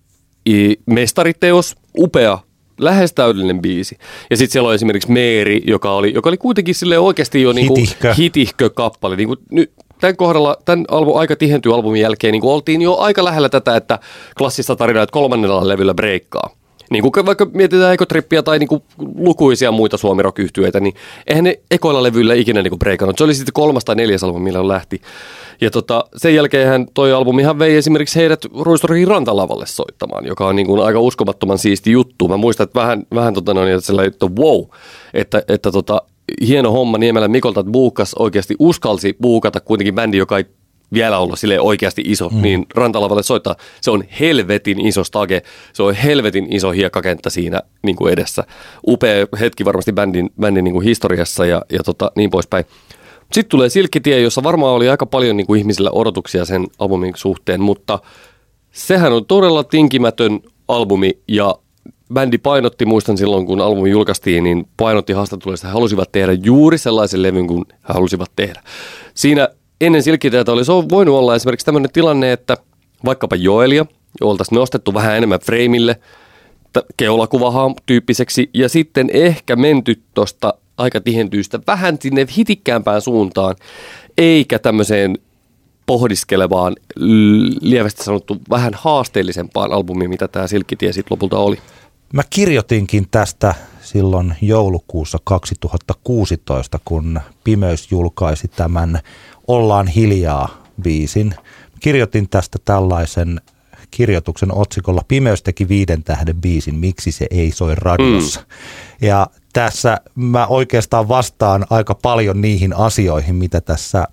mestariteos, upea, lähes täydellinen biisi. Ja sitten siellä on esimerkiksi Meeri, joka oli, joka oli kuitenkin silleen oikeasti jo niinku hitihkö. hitihkö kappale. Niinku nyt tämän kohdalla, tämän album, aika tihentyy albumin jälkeen, niinku oltiin jo aika lähellä tätä, että klassista tarinaa, että kolmannella levyllä breikkaa. Niin kuin vaikka mietitään Ekotrippiä tai niinku lukuisia muita suomi-rock-yhtyeitä, niin eihän ne ekoilla levyillä ikinä niinku breikannut. Se oli sitten kolmas tai neljäs albumi, millä lähti. Ja tota, sen jälkeen toi albumihan vei esimerkiksi heidät Ruistorhin rantalavalle soittamaan, joka on niinku aika uskomattoman siisti juttu. Mä muistan, että vähän, vähän tota noin, että sellainen, että wow, että, että tota, hieno homma Niemelän Mikolta, että buukas oikeasti uskalsi buukata kuitenkin bändi, joka ei vielä olla silleen oikeasti iso, mm. niin rantalavalle soittaa. Se on helvetin iso stage, se on helvetin iso hiekkakenttä siinä niin kuin edessä. Upea hetki varmasti bändin, bändin niin kuin historiassa ja, ja tota, niin poispäin. Sitten tulee Silkkitie, jossa varmaan oli aika paljon niin kuin ihmisillä odotuksia sen albumin suhteen, mutta sehän on todella tinkimätön albumi ja bändi painotti, muistan silloin kun albumi julkaistiin, niin painotti haastatteluissa, että he halusivat tehdä juuri sellaisen levyn kuin he halusivat tehdä. Siinä ennen Silkkitietä olisi voinut olla esimerkiksi tämmöinen tilanne, että vaikkapa Joelia oltaisiin nostettu vähän enemmän freimille, keulakuvahaan tyyppiseksi, ja sitten ehkä menty tuosta aika tihentyystä vähän sinne hitikkäämpään suuntaan, eikä tämmöiseen pohdiskelevaan, lievästi sanottu vähän haasteellisempaan albumiin, mitä tämä Silkkitie sitten lopulta oli. Mä kirjoitinkin tästä silloin joulukuussa kaksituhattakuusitoista, kun Pimeys julkaisi tämän Ollaan hiljaa -biisin. Kirjoitin tästä tällaisen kirjoituksen otsikolla Pimeys teki viiden tähden biisin, miksi se ei soi radiossa. Mm. Ja tässä mä oikeastaan vastaan aika paljon niihin asioihin, mitä tässä,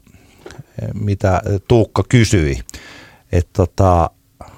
mitä Tuukka kysyi. Että tota,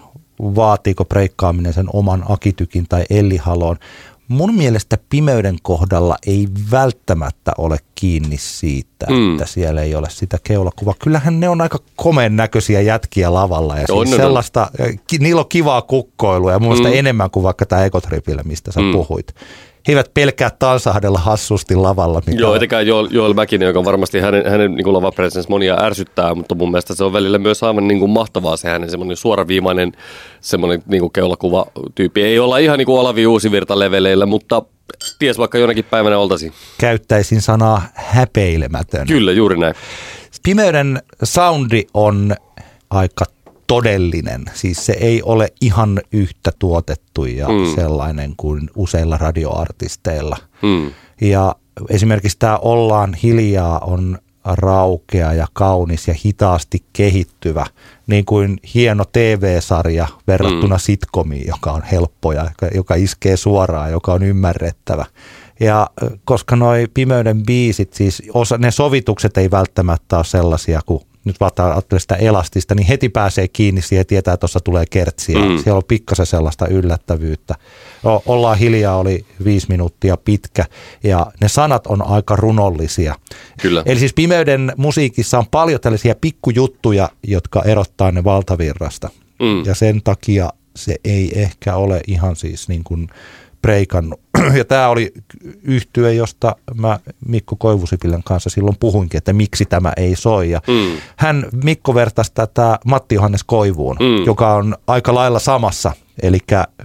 vaatiiko breikkaaminen sen oman Akitykin tai Elli Halon. Mun mielestä Pimeyden kohdalla ei välttämättä ole kiinni siitä, mm. että siellä ei ole sitä keulakuvaa. Kyllähän ne on aika komeen näköisiä jätkiä lavalla ja siis sellaista, niillä on kivaa kukkoilua ja mun mielestä mm. enemmän kuin vaikka tämä Ekotripillä, mistä sä mm. puhuit. He eivät pelkää tansahdella hassusti lavalla. Mikä Joo, etenkään Joel, Joel Mäkinen, joka varmasti hänen, hänen niin lavapresence monia ärsyttää, mutta mun mielestä se on välillä myös aivan niin kuin mahtavaa se hänen semmoinen suoraviimainen semmoinen niin kuin keulakuva-tyyppi. Ei olla ihan niin kuin Olavi Uusivirta leveleillä, mutta ties vaikka jonakin päivänä oltaisiin. Käyttäisin sanaa häpeilemätön. Kyllä, juuri näin. Pimeyden soundi on aika todellinen. Siis se ei ole ihan yhtä tuotettu ja mm. sellainen kuin useilla radioartisteilla. Mm. Ja esimerkiksi tämä Ollaan hiljaa on raukea ja kaunis ja hitaasti kehittyvä, niin kuin hieno T V-sarja verrattuna mm. sitcomiin, joka on helppo ja joka, joka iskee suoraan, joka on ymmärrettävä. Ja koska noi Pimeyden biisit, siis osa, ne sovitukset ei välttämättä ole sellaisia kuin nyt vaan ajattelee sitä elastista, niin heti pääsee kiinni siihen ja tietää, että tuossa tulee kertsiä. Mm. Siellä on pikkasen sellaista yllättävyyttä. Ollaan hiljaa oli viisi minuuttia pitkä ja ne sanat on aika runollisia. Kyllä. Eli siis Pimeyden musiikissa on paljon tällaisia pikkujuttuja, jotka erottaa ne valtavirrasta. Mm. Ja sen takia se ei ehkä ole ihan siis niin kuin breikannut. Ja tämä oli yhtye, josta mä Mikko Koivusipilän kanssa silloin puhuinkin, että miksi tämä ei soi. Ja mm. hän, Mikko vertaisi tätä Matti Johannes Koivuun, mm. joka on aika lailla samassa. Eli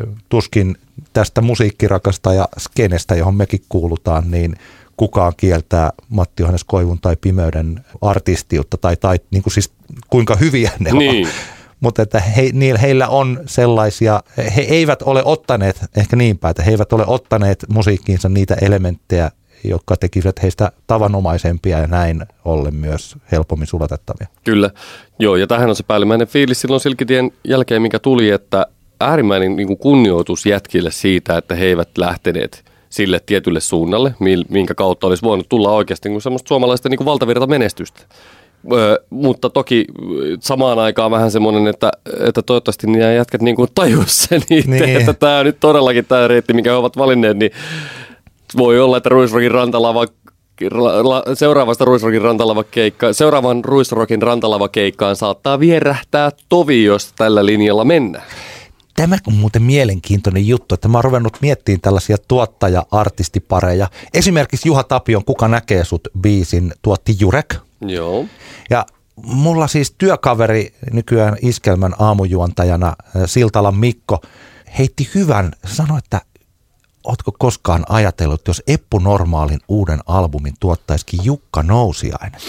tuskin tästä musiikkirakasta ja skenestä, johon mekin kuulutaan, niin kukaan kieltää Matti Johannes Koivun tai Pimeyden artistiutta tai, tai niin kuin siis kuinka hyviä ne niin. on. Mutta että he, heillä on sellaisia, he eivät ole ottaneet, ehkä niinpä, että he eivät ole ottaneet musiikkiinsa niitä elementtejä, jotka tekisivät heistä tavanomaisempia ja näin ollen myös helpommin sulatettavia. Kyllä, joo, ja tähän on se päällimmäinen fiilis silloin Silkkitien jälkeen, mikä tuli, että äärimmäinen niin kuin kunnioitus jätkille siitä, että he eivät lähteneet sille tietylle suunnalle, minkä kautta olisi voinut tulla oikeasti niin semmoista suomalaista niin kuin valtavirta menestystä. Öö, mutta toki samaan aikaan vähän semmoinen, että, että toivottavasti nämä jätkät niin kuin tajuisivat sen itse, niin. että tämä on nyt todellakin tämä reitti, mikä he ovat valinneet, niin voi olla, että Ruisrockin rantalava, seuraavasta Ruisrockin rantalavakeikkaan, seuraavan Ruisrockin rantalavakeikkaan saattaa vierähtää tovi, jos tällä linjalla mennään. Tämä on muuten mielenkiintoinen juttu, että mä oon ruvennut miettimään tällaisia tuottaja-artistipareja. Esimerkiksi Juha Tapion Kuka näkee sut -biisin tuotti Jurek. Joo. Ja mulla siis työkaveri nykyään Iskelmän aamujuontajana Siltalan Mikko heitti hyvän, sanoi, että ootko koskaan ajatellut, jos Eppu Normaalin uuden albumin tuottaisikin Jukka Nousiainen?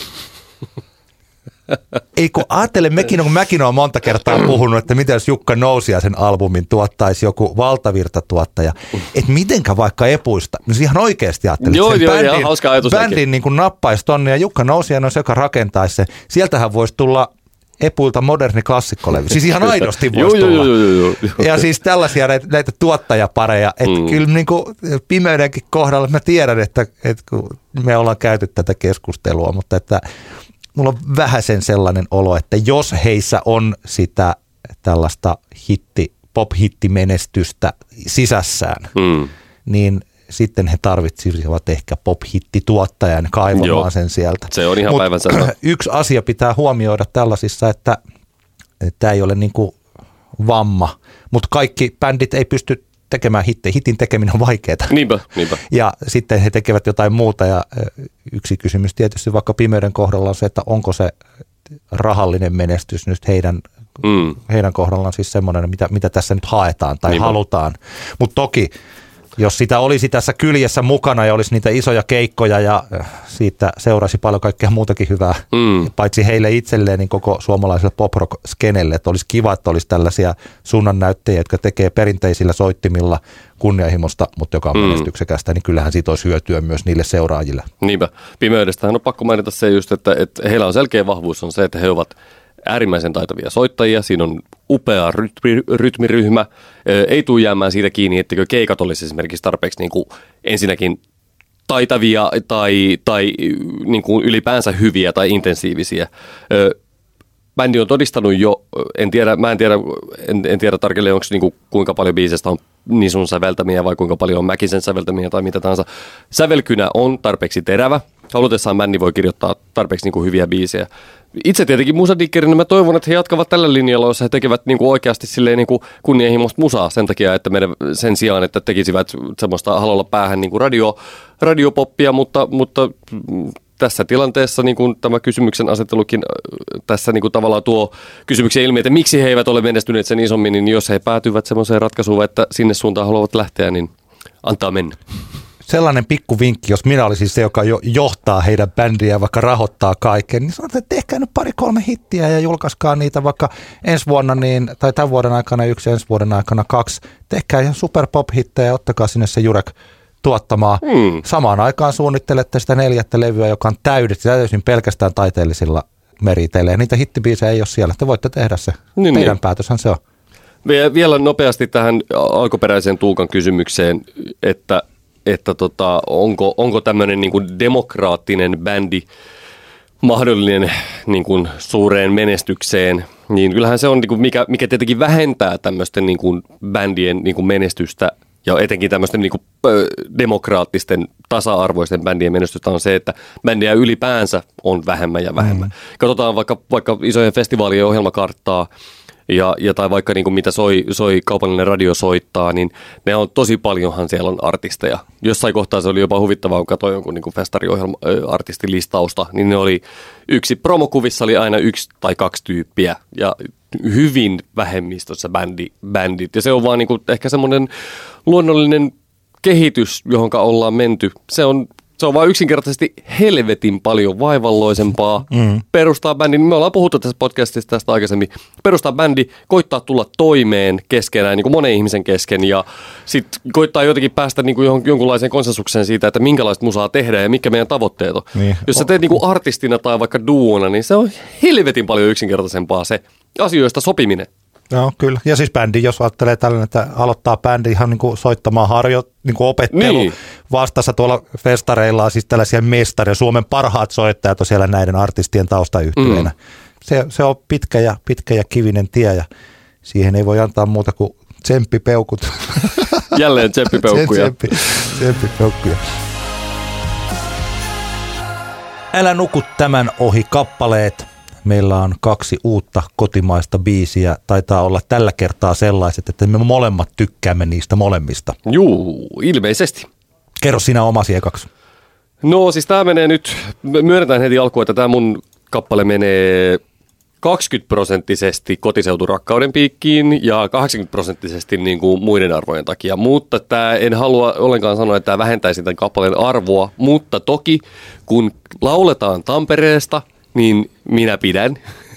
Ei kun ajattele, mekin on, mäkin olen monta kertaa puhunut, että miten jos Jukka Nousiaisen albumin tuottaisi joku valtavirtatuottaja, että mitenkä vaikka Epuista, no ihan oikeasti ajattelin, joo, että joo, bändin, joo, hauska ajatus bändin niin kuin nappaisi tonne ja Jukka Nousiainen on se, joka rakentaisi se. Sieltähän voisi tulla Epuilta moderni klassikkolevy. Siis ihan aidosti voisi tulla. Joo, joo, joo, joo. Ja siis tällaisia näitä, näitä tuottajapareja, että mm. kyllä niin kuin pimeydenkin kohdalla mä tiedän, että, että kun me ollaan käyty tätä keskustelua, mutta että mulla on vähäsen sellainen olo, että jos heissä on sitä tällaista hitti, pop-hittimenestystä sisässään, mm. niin sitten he tarvitsisivat ehkä pop-hittituottajan kaivamaan Joo. sen sieltä. Se on ihan päivänsä. Yksi asia pitää huomioida tällaisissa, että tämä ei ole niin kuin vamma, mutta kaikki bändit ei pysty tekemään hittejä. Hitin tekeminen on vaikeaa. Niinpä, niinpä. Ja sitten he tekevät jotain muuta ja yksi kysymys tietysti vaikka Pimeyden kohdalla on se, että onko se rahallinen menestys nyt heidän, mm. heidän kohdallaan siis semmoinen, mitä, mitä tässä nyt haetaan tai niinpä. halutaan. Mutta toki jos sitä olisi tässä kyljessä mukana ja olisi niitä isoja keikkoja ja siitä seuraisi paljon kaikkea muutakin hyvää, mm. paitsi heille itselleen, niin koko suomalaiselle pop-rock-skenelle, että olisi kiva, että olisi tällaisia suunnannäyttäjiä, jotka tekee perinteisillä soittimilla kunnianhimosta, mutta joka on mm. menestyksekästä, niin kyllähän siitä olisi hyötyä myös niille seuraajille. Niinpä. Pimeydestähän on pakko mainita se just, että, että heillä on selkeä vahvuus on se, että he ovat äärimmäisen taitavia soittajia, siinä on upea rytmi, rytmiryhmä, ei tule jäämään siitä kiinni, ettekö keikat olisi esimerkiksi tarpeeksi niin kuin ensinnäkin taitavia tai, tai niin kuin ylipäänsä hyviä tai intensiivisiä. Bändi on todistanut jo, en tiedä, mä en tiedä, en, en tiedä tarkalleen, onko niin kuin, kuinka paljon biisestä on Nisun säveltämiä vai kuinka paljon on Mäkisen säveltämiä tai mitä tahansa. Sävelkynä on tarpeeksi terävä. Halutessaan bändi voi kirjoittaa tarpeeksi niin kuin hyviä biisejä. Itse tietenkin musadikkerina mä toivon, että he jatkavat tällä linjalla, jos he tekevät niin kuin oikeasti silleen niin kuin kunnianhimoista musaa sen takia, että meidän sen sijaan, että tekisivät semmoista halolla päähän niin kuin radio, radiopoppia, mutta, mutta tässä tilanteessa niin kuin tämä kysymyksen asettelukin tässä niin kuin tavallaan tuo kysymyksen ilmi, että miksi he eivät ole menestyneet sen isommin, niin jos he päätyvät semmoiseen ratkaisuun, että sinne suuntaan haluavat lähteä, niin antaa mennä. Sellainen pikku vinkki, jos minä olisin se, joka jo johtaa heidän bändiä ja vaikka rahoittaa kaiken, niin sanotaan, että tehkää nyt pari-kolme hittiä ja julkaiskaa niitä vaikka ensi vuonna, niin, tai tämän vuoden aikana yksi, ensi vuoden aikana kaksi. Tehkää ihan superpop-hittejä ja ottakaa sinne se Jurek tuottamaan. Hmm. Samaan aikaan suunnittelette sitä neljättä levyä, joka on täydellisesti täysin pelkästään taiteellisilla meriteillä. Ja niitä hittibiisejä ei ole siellä. Te voitte tehdä se. Niin, Teidän niin. päätöshän se on. Vielä nopeasti tähän alkuperäiseen Tuukan kysymykseen, että että tota, onko, onko tämmöinen niin kuin demokraattinen bändi mahdollinen niin kuin suureen menestykseen, niin kyllähän se on, niin kuin mikä, mikä tietenkin vähentää tämmöisten niin kuin bändien niin kuin menestystä ja etenkin tämmöisten niin kuin demokraattisten tasa-arvoisten bändien menestystä on se, että bändejä ylipäänsä on vähemmän ja vähemmän. Mm. Katsotaan vaikka, vaikka isojen festivaalien ohjelmakarttaa, Ja, ja tai vaikka niin kuin mitä soi, soi kaupallinen radio soittaa, niin ne on tosi paljonhan siellä on artisteja. Jossain kohtaa se oli jopa huvittavaa, kun katsoin jonkun niin kuin festariohjelma-artistilistausta, niin ne oli yksi, promokuvissa oli aina yksi tai kaksi tyyppiä ja hyvin vähemmistössä bändi, bändit. Ja se on vaan niin kuin ehkä semmoinen luonnollinen kehitys, johon ollaan menty. Se on Se on vaan yksinkertaisesti helvetin paljon vaivalloisempaa mm. perustaa bändi. Me ollaan puhuttu tässä podcastissa tästä aikaisemmin. Perustaa bändi, koittaa tulla toimeen keskenään, niin kuin monen ihmisen kesken, ja sitten koittaa jotenkin päästä niin kuin jonkunlaiseen konsensukseen siitä, että minkälaista musaa tehdään ja mitkä meidän tavoitteet on. Niin. Jos sä teet niin kuin artistina tai vaikka duona, niin se on helvetin paljon yksinkertaisempaa se asioista sopiminen. Joo, kyllä. Ja siis bändi, jos ajattelee tällainen, että aloittaa bändi ihan niin kuin soittamaan harjo, niin kuin opettelu niin. Vastassa tuolla festareilla on siis tällaisia mestareja. Suomen parhaat soittajat on siellä näiden artistien taustayhtyeenä. Mm. Se, se on pitkä ja, pitkä ja kivinen tie ja siihen ei voi antaa muuta kuin tsemppipeukut. Jälleen tsemppipeukkuja. Tsemppi, tsemppipeukkuja. Älä nuku tämän ohi kappaleet. Meillä on kaksi uutta kotimaista biisiä. Taitaa olla tällä kertaa sellaiset, että me molemmat tykkäämme niistä molemmista. Juu, ilmeisesti. Kerro sinä omasi ekaksi. No siis tää menee nyt, myönnetään heti alkuun, että tää mun kappale menee kaksikymmentä prosenttisesti kotiseuturakkauden piikkiin ja kahdeksankymmentä prosenttisesti niin kuin muiden arvojen takia. Mutta tää, en halua ollenkaan sanoa, että tämä vähentäisi tämän kappaleen arvoa, mutta toki kun lauletaan Tampereesta, niin minä pidän.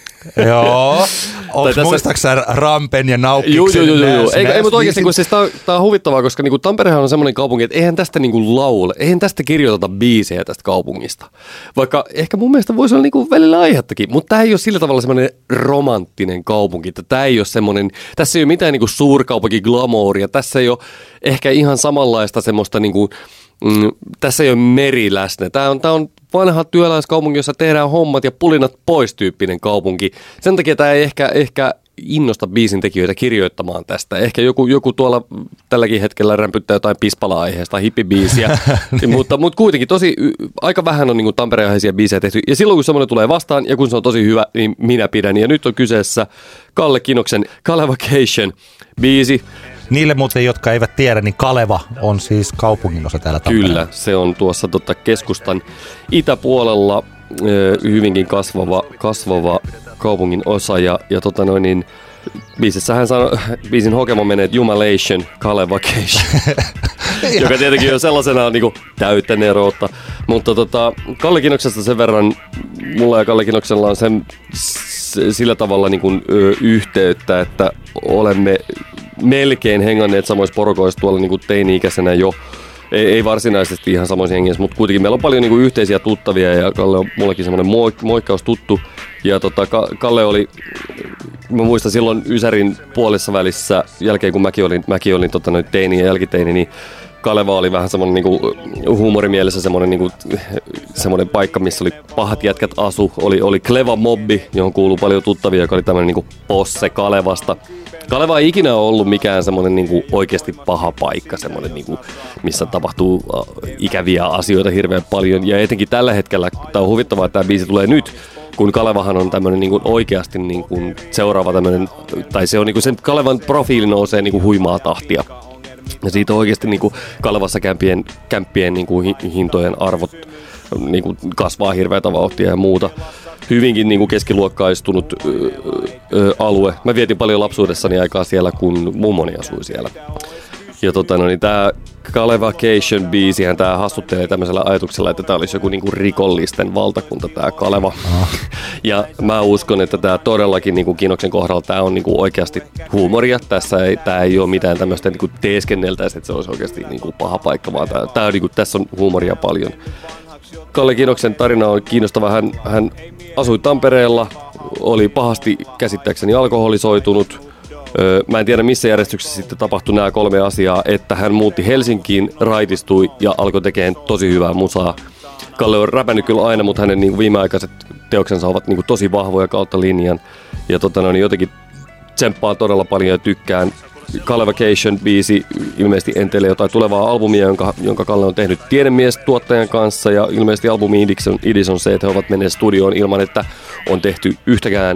Joo. Onko tässä... muistaaksä Rampen ja Naukkiksen? Joo, joo, joo. joo. Ei, ei mutta oikeasti, kun siis tää, tää on huvittavaa, koska niinku Tamperehan on semmoinen kaupunki, että eihän tästä niinku laule, eihän tästä kirjoiteta biisejä tästä kaupungista. Vaikka ehkä mun mielestä voisi olla niinku välillä aihettakin, mutta tää ei ole sillä tavalla semmoinen romanttinen kaupunki, että tää ei ole semmoinen, tässä ei ole mitään niinku suurkaupunki glamouria, tässä ei ole ehkä ihan samanlaista semmoista niinku, mm, tässä ei ole meri läsnä. Tää on, tää on vanha työläiskaupunki, jossa tehdään hommat ja pulinat pois -tyyppinen kaupunki. Sen takia tämä ei ehkä, ehkä innosta biisin tekijöitä kirjoittamaan tästä. Ehkä joku, joku tuolla tälläkin hetkellä rämpyttää jotain pispala-aiheesta, hippibiisiä. mutta, mutta kuitenkin tosi, aika vähän on niin Tampereen-aiheisia biisejä tehty. Ja silloin kun semmoinen tulee vastaan ja kun se on tosi hyvä, niin minä pidän. Ja nyt on kyseessä Kalle Kinoksen Kalevacation biisi. Niille muuten, jotka eivät tiedä, niin Kaleva on siis kaupunginosa täällä Tampereella. Kyllä, se on tuossa tota, keskustan itäpuolella hyvinkin kasvava, kasvava kaupungin osa. Ja, ja tota noin, niin, biisissä hän sanoo, biisin hokema menee, että Jumalation, Kalevacation, joka tietenkin on sellaisena niin kuin täyttä neroutta. Mutta tota, Kalle Kinoksesta sen verran, mulla ja Kalle Kinoksella on sen sillä tavalla niin kuin, ö, yhteyttä, että olemme melkein henganneet samoissa porukoissa tuolla niin kuin teini-ikäisenä jo. Ei, ei varsinaisesti ihan samoissa hengissä, mutta kuitenkin meillä on paljon niin kuin yhteisiä tuttavia ja Kalle on mullekin semmoinen moik- moikkaus tuttu. Ja tota, Kalle oli, mä muistan silloin Ysärin puolessa välissä, jälkeen kun mäkin olin, mäkin olin tota, noin teini ja jälkiteini, niin Kaleva oli vähän semmoinen niinku huumorimielessä semmoinen niinku semmoinen paikka, missä oli pahat jätkät asu. Oli oli Kleva Mobbi, johon kuuluu paljon tuttavia, joka oli tämmöinen niinku posse Kalevasta. Kaleva ei ikinä ollut mikään semmoinen niinku oikeasti paha paikka, semmoinen niinku, missä tapahtuu ikäviä asioita hirveän paljon. Ja etenkin tällä hetkellä tämä on huvittavaa, että tämä biisi tulee nyt, kun Kalevahan on tämmöinen niinku oikeasti niinku seuraava tämmöinen, tai se on niinku sen Kalevan profiili nousee niinku huimaa tahtia. Ja siitä oikeasti niin kuin Kalevassa kämpien, kämppien niin kuin hintojen arvot niin kuin kasvaa hirveätä vauhtia ja muuta. Hyvinkin niin kuin keskiluokkaistunut ö, ö, alue. Mä vietin paljon lapsuudessani aikaa siellä, kun mummoni asui siellä. Ja tota, no, niin tämä Kalevacation-biisihän tää hassuttelee tämmöisellä ajatuksella, että tämä olisi joku niinku rikollisten valtakunta, tämä Kaleva. Oh. Ja mä uskon, että tämä todellakin niinku Kinoksen kohdalla tämä on niinku oikeasti huumoria. Tässä ei, tää ei ole mitään tämmöistä niinku teeskenneltäisi, että se olisi oikeasti niinku paha paikka, vaan tää, tää, niinku, tässä on huumoria paljon. Kalle Kinoksen tarina on kiinnostava. Hän, hän asui Tampereella, oli pahasti käsittääkseni alkoholisoitunut. Mä en tiedä missä järjestyksessä sitten tapahtui nämä kolme asiaa, että hän muutti Helsinkiin, raitistui ja alkoi tekemään tosi hyvää musaa. Kalle on räpännyt kyllä aina, mutta hänen niin kuin viimeaikaiset teoksensa ovat niin kuin tosi vahvoja kautta linjan. Ja tota, no, niin jotenkin tsemppaa todella paljon ja tykkään. Kalevacation-biisi ilmeisesti entelee jotain tulevaa albumia, jonka, jonka Kalle on tehnyt tiedemies-tuottajan kanssa. Ja ilmeisesti albumi idis on se, että he ovat menneet studioon ilman, että on tehty yhtäkään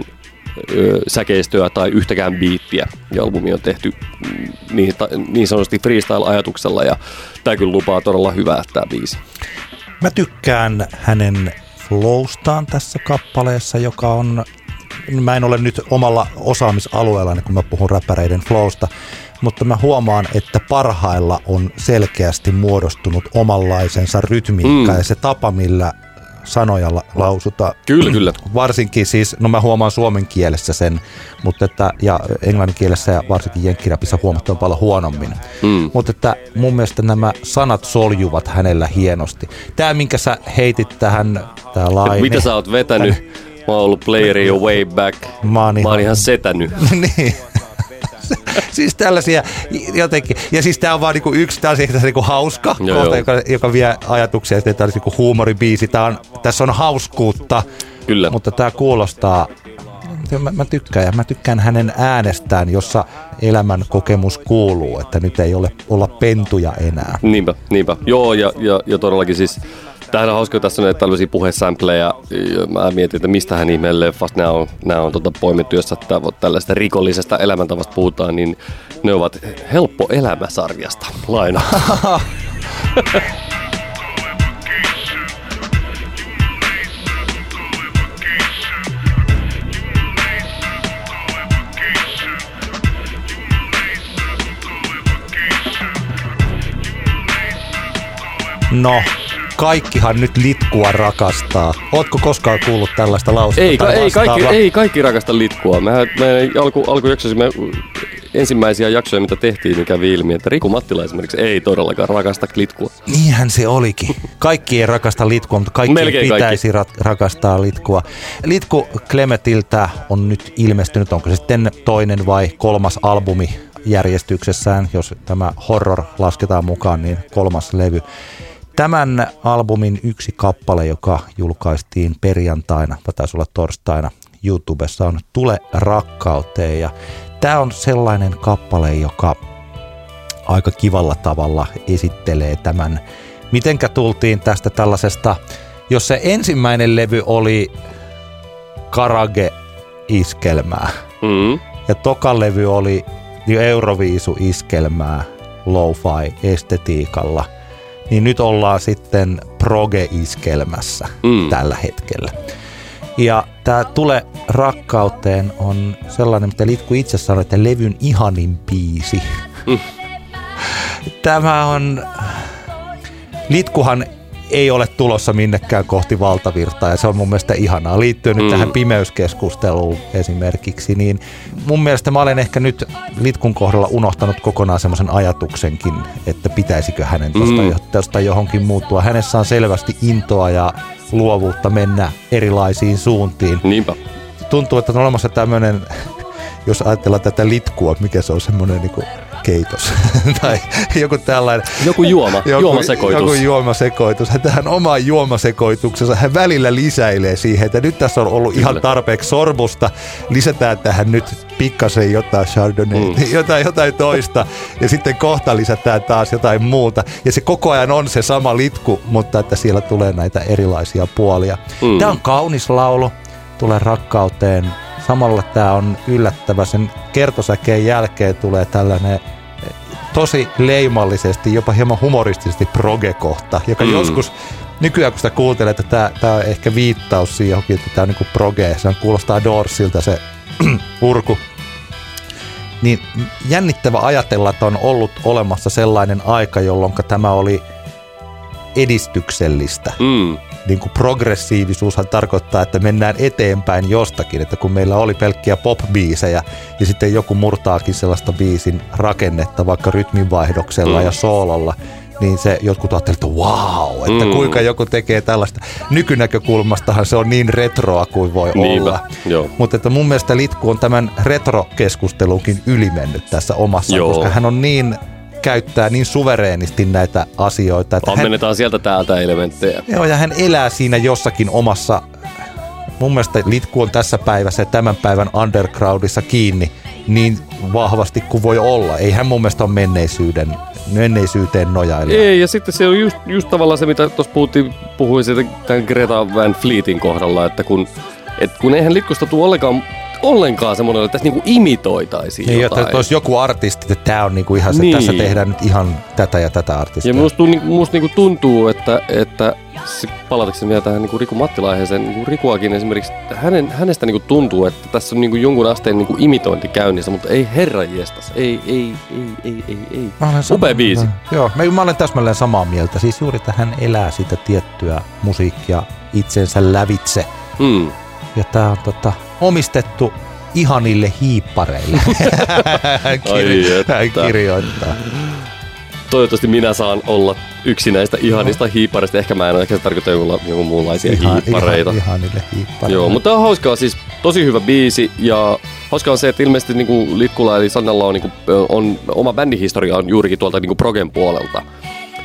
säkeistöä tai yhtäkään biittiä. Ja albumi on tehty niin, niin sanotusti freestyle-ajatuksella ja tämä kyllä lupaa todella hyvää tämä biisi. Mä tykkään hänen flowstaan tässä kappaleessa, joka on, mä en ole nyt omalla osaamisalueellani, kun mä puhun räppäreiden flowsta, mutta mä huomaan, että parhailla on selkeästi muodostunut omanlaisensa rytmiikka mm. ja se tapa, millä sanoja lausutaan. Kyllä, kyllä. Varsinkin siis, no mä huomaan suomen kielessä sen, mutta että, ja englannin kielessä ja varsinkin jenkkirapissa huomattavan paljon huonommin. Mm. Mutta että mun mielestä nämä sanat soljuvat hänellä hienosti. Tää, minkä sä heitit tähän, tää Laine. Mitä sä oot vetänyt? Tänne. Mä oon ollut playeri jo way back. Mä oon ihan, mä oon ihan setänyt. Niin. Siis tällaisia jotenkin, ja siis tää on vaan niinku yksi, tää on niinku hauska joo, kohta, joka, joka vie ajatuksia, että tää olisi niinku huumoribiisi, tää on, tässä on hauskuutta, kyllä. Mutta tää kuulostaa mä, mä tykkään ja mä tykkään hänen äänestään, jossa elämän kokemus kuuluu, että nyt ei ole olla pentuja enää. Niinpä, niinpä. Joo, ja, ja, ja todellakin siis tämähän on hauska, tässä on näitä tällaisia puhesampleja, ja mä mietin, että mistähän ihmeen leffasta nämä on, nämä on tota poimittu, jossa tällaista rikollisesta elämäntavasta puhutaan, niin ne ovat Helppo elämä-sarjasta. Laina. No, kaikkihan nyt litkua rakastaa. Ootko koskaan kuullut tällaista lausetta? Ei, ka- ei, kaikki, ei kaikki rakasta litkua. Mehän, me alku, alkujaksossa me ensimmäisiä jaksoja, mitä tehtiin, niin kävi ilmi, että Riku Mattila esimerkiksi ei todellakaan rakasta litkua. Niinhän se olikin. Kaikki ei rakasta litkua, mutta kaikki pitäisi ra- rakastaa litkua. Litku Klemetiltä on nyt ilmestynyt, onko se sitten toinen vai kolmas albumi järjestyksessään, jos tämä horror lasketaan mukaan, niin kolmas levy. Tämän albumin yksi kappale, joka julkaistiin perjantaina, tai taisi olla torstaina YouTubessa, on Tule rakkauteen. Ja tämä on sellainen kappale, joka aika kivalla tavalla esittelee tämän, mitenkä tultiin tästä tällaisesta, jos se ensimmäinen levy oli Karage-iskelmää, mm. ja toka levy oli Euroviisu-iskelmää lo-fi-estetiikalla, niin nyt ollaan sitten proge-iskelmässä mm. tällä hetkellä. Ja tämä Tule rakkauteen on sellainen, mitä Litku itse sanoi, että levyn ihanin biisi. Mm. Tämä on... Litkuhan ei ole tulossa minnekään kohti valtavirtaa ja se on mun mielestä ihanaa. Liittyen nyt mm. tähän pimeyskeskusteluun esimerkiksi, niin mun mielestä mä olen ehkä nyt Litkun kohdalla unohtanut kokonaan semmoisen ajatuksenkin, että pitäisikö hänen tuosta mm. johonkin muuttua. Hänessä on selvästi intoa ja luovuutta mennä erilaisiin suuntiin. Niinpä. Tuntuu, että on olemassa tämmöinen, jos ajatellaan tätä litkua, mikä se on semmoinen niinku keitos tai joku tällainen. Joku juoma, joku, juomasekoitus. Joku juomasekoitus. Tähän omaan juomasekoituksensa hän välillä lisäilee siihen, että nyt tässä on ollut Kyllä. ihan tarpeeksi sorbusta. Lisätään tähän nyt pikkasen jotain chardonnay, mm. jotain, jotain toista ja sitten kohta lisätään taas jotain muuta. Ja se koko ajan on se sama litku, mutta että siellä tulee näitä erilaisia puolia. Mm. Tämä on kaunis laulu, Tule rakkauteen. Samalla tämä on yllättävä, sen kertosäkeen jälkeen tulee tällainen tosi leimallisesti, jopa hieman humoristisesti proge-kohta, joka mm. joskus, nykyään kun sitä kuuntelee, että tämä, tämä on ehkä viittaus siihen, että tämä on niin kuin proge, se kuulostaa Doorsilta se urku, niin jännittävä ajatella, että on ollut olemassa sellainen aika, jolloin tämä oli edistyksellistä. Mm. Niin kuin progressiivisuushan tarkoittaa, että mennään eteenpäin jostakin, että kun meillä oli pelkkiä pop-biisejä ja sitten joku murtaakin sellaista biisin rakennetta vaikka rytminvaihdoksella mm. ja soololla, niin se jotkut ajattelivat, että wow, että mm. kuinka joku tekee tällaista. Nykynäkökulmastahan se on niin retroa kuin voi Niinpä. olla. Joo. Mutta että mun mielestä Litku on tämän retrokeskustelunkin ylimennyt tässä omassa, Joo. koska hän on niin... käyttää niin suvereenisti näitä asioita. Että ammennetaan hän, sieltä täältä elementtejä. Joo, ja hän elää siinä jossakin omassa, mun mielestä Litku on tässä päivässä ja tämän päivän undergroundissa kiinni niin vahvasti kuin voi olla. Ei hän mun mielestä ole menneisyyden, menneisyyteen nojailija. Ei, ja sitten se on just, just tavallaan se, mitä tuossa puhuttiin, puhuin siitä tämän Greta Van Fleetin kohdalla, että kun, et kun eihän Litkusta tule ollenkaan ollenkaan semmoinen, että tässä niinku imitoitaisiin niin, jotain. Että olisi joku artisti, että tämä on niinku ihan se, niin. tässä tehdään nyt ihan tätä ja tätä artistia. Ja musta, musta niinku tuntuu, että, että palatakseni vielä tähän niinku Riku Mattila-aiheeseen, niinku Rikuakin esimerkiksi, hänen, hänestä niinku tuntuu, että tässä on niinku jonkun asteen niinku imitointi käynnissä, mutta ei herranjestas, ei, ei, ei, ei, ei, ei. Upea biisi. Joo, mä, mä olen täsmälleen samaa mieltä. Siis juuri, että hän elää sitä tiettyä musiikkia itsensä lävitse. Mm. Ja tää on tota, omistettu ihanille hiippareille. hän, kir- hän kirjoittaa. Toivottavasti minä saan olla yksi näistä ihanista no. hiippareista. Ehkä mä en ole, ehkä se tarkoittaa jonkun, jonkun muunlaisia Ihan, hiippareita. Ihan, ihanille hiippareille. Joo, mutta on hauskaa, siis tosi hyvä biisi ja hauskaa on se, että ilmeisesti niin kuin Litkulla eli Sannalla on, niin kuin, on oma bändihistoria on juurikin tuolta niin kuin progen puolelta.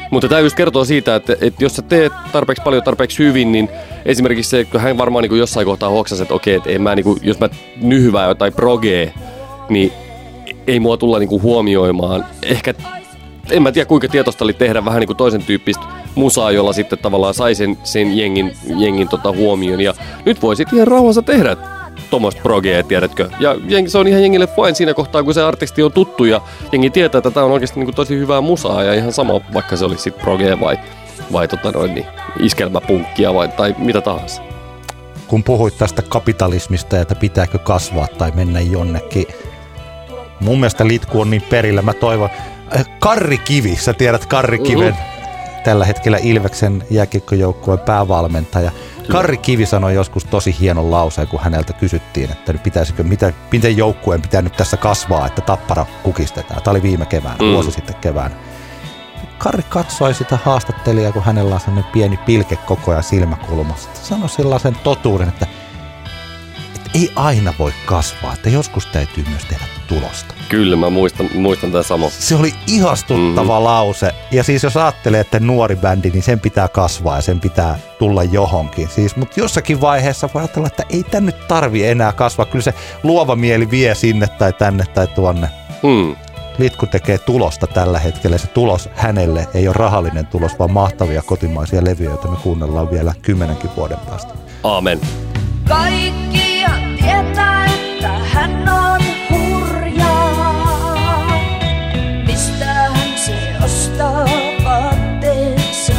Mutta tämä just kertoo siitä, että, että jos sä teet tarpeeksi paljon, tarpeeksi hyvin, niin esimerkiksi se, kun hän varmaan niin kuin jossain kohtaa hoksasi, että okei, että en mä, niin kuin, jos mä nyhyvään jotain progee, niin ei mua tulla niin kuin huomioimaan. Ehkä, en mä tiedä kuinka tietoista oli tehdä vähän niin kuin toisen tyyppistä musaa, jolla sitten tavallaan sai sen, sen jengin, jengin tota huomioon. Ja nyt voi sitten ihan rauhassa tehdä tommoista progea, tiedätkö? Ja se on ihan jengille fine siinä kohtaa, kun se artisti on tuttu ja jengi tietää, että tämä on oikeasti niin tosi hyvää musaa ja ihan sama, vaikka se olisi sitten progea vai, vai tota noin, niin iskelmäpunkkia vai, tai mitä tahansa. Kun puhuit tästä kapitalismista ja että pitääkö kasvaa tai mennä jonnekin, mun mielestä litku on niin perillä. Mä toivon, Karri Kivi, sä tiedät Karri Kiven, mm-hmm. tällä hetkellä Ilveksen jääkiekkojoukkueen päävalmentaja. Karri Kivi sanoi joskus tosi hienon lauseen, kun häneltä kysyttiin, että pitäisikö, mitä, miten joukkueen pitää nyt tässä kasvaa, että Tappara kukistetaan. Tämä oli viime keväänä, mm. vuosi sitten keväänä. Karri katsoi sitä haastattelijaa, kun hänellä on sellainen pieni pilke koko ajan silmäkulmassa. Sanoi sellaisen totuuden, että, että ei aina voi kasvaa, että joskus täytyy myös tehdä tulosta. Kyllä, mä muistan, muistan tämän saman. Se oli ihastuttava mm-hmm. lause. Ja siis jos ajattelee, että nuori bändi, niin sen pitää kasvaa ja sen pitää tulla johonkin. Siis, mutta jossakin vaiheessa voi ajatella, että ei tän nyt tarvi enää kasvaa. Kyllä se luova mieli vie sinne tai tänne tai tuonne. Hmm. Litku tekee tulosta tällä hetkellä. Se tulos hänelle ei ole rahallinen tulos, vaan mahtavia kotimaisia levyjä, joita me kuunnellaan vielä kymmenenkin vuoden päästä. Aamen. Kaikkihan tietää, että hän on hurjaa. Mistähän se ostaa vaatteensa?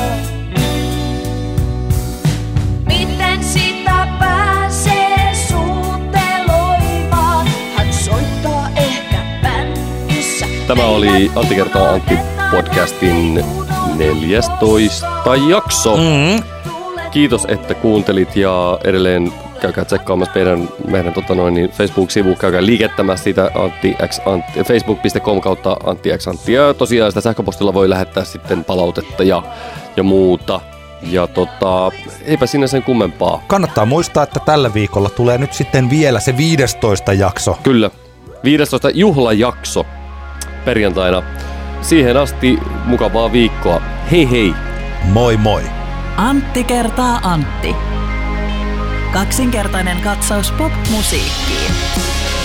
Miten sitä pääsee suuteloimaan? Hän soittaa ehkä bändissä. Tämä oli Antti kertaa Antti podcastin neljästoista jakso. Mm-hmm. Kiitos, että kuuntelit ja edelleen käykää tsekkaamassa meidän, meidän tota noin, niin Facebook-sivu, käykää liikettämässä sitä Antti X Antti, facebook piste com kautta Antti X Antti. Ja tosiaan sitä sähköpostilla voi lähettää sitten palautetta ja, ja muuta. Ja tota, eipä siinä sen kummempaa. Kannattaa muistaa, että tällä viikolla tulee nyt sitten vielä se viidestoista jakso. Kyllä, viidestoista juhlajakso perjantaina. Siihen asti mukavaa viikkoa. Hei hei! Moi moi! Antti kertaa Antti. Kaksinkertainen katsaus pop-musiikkiin.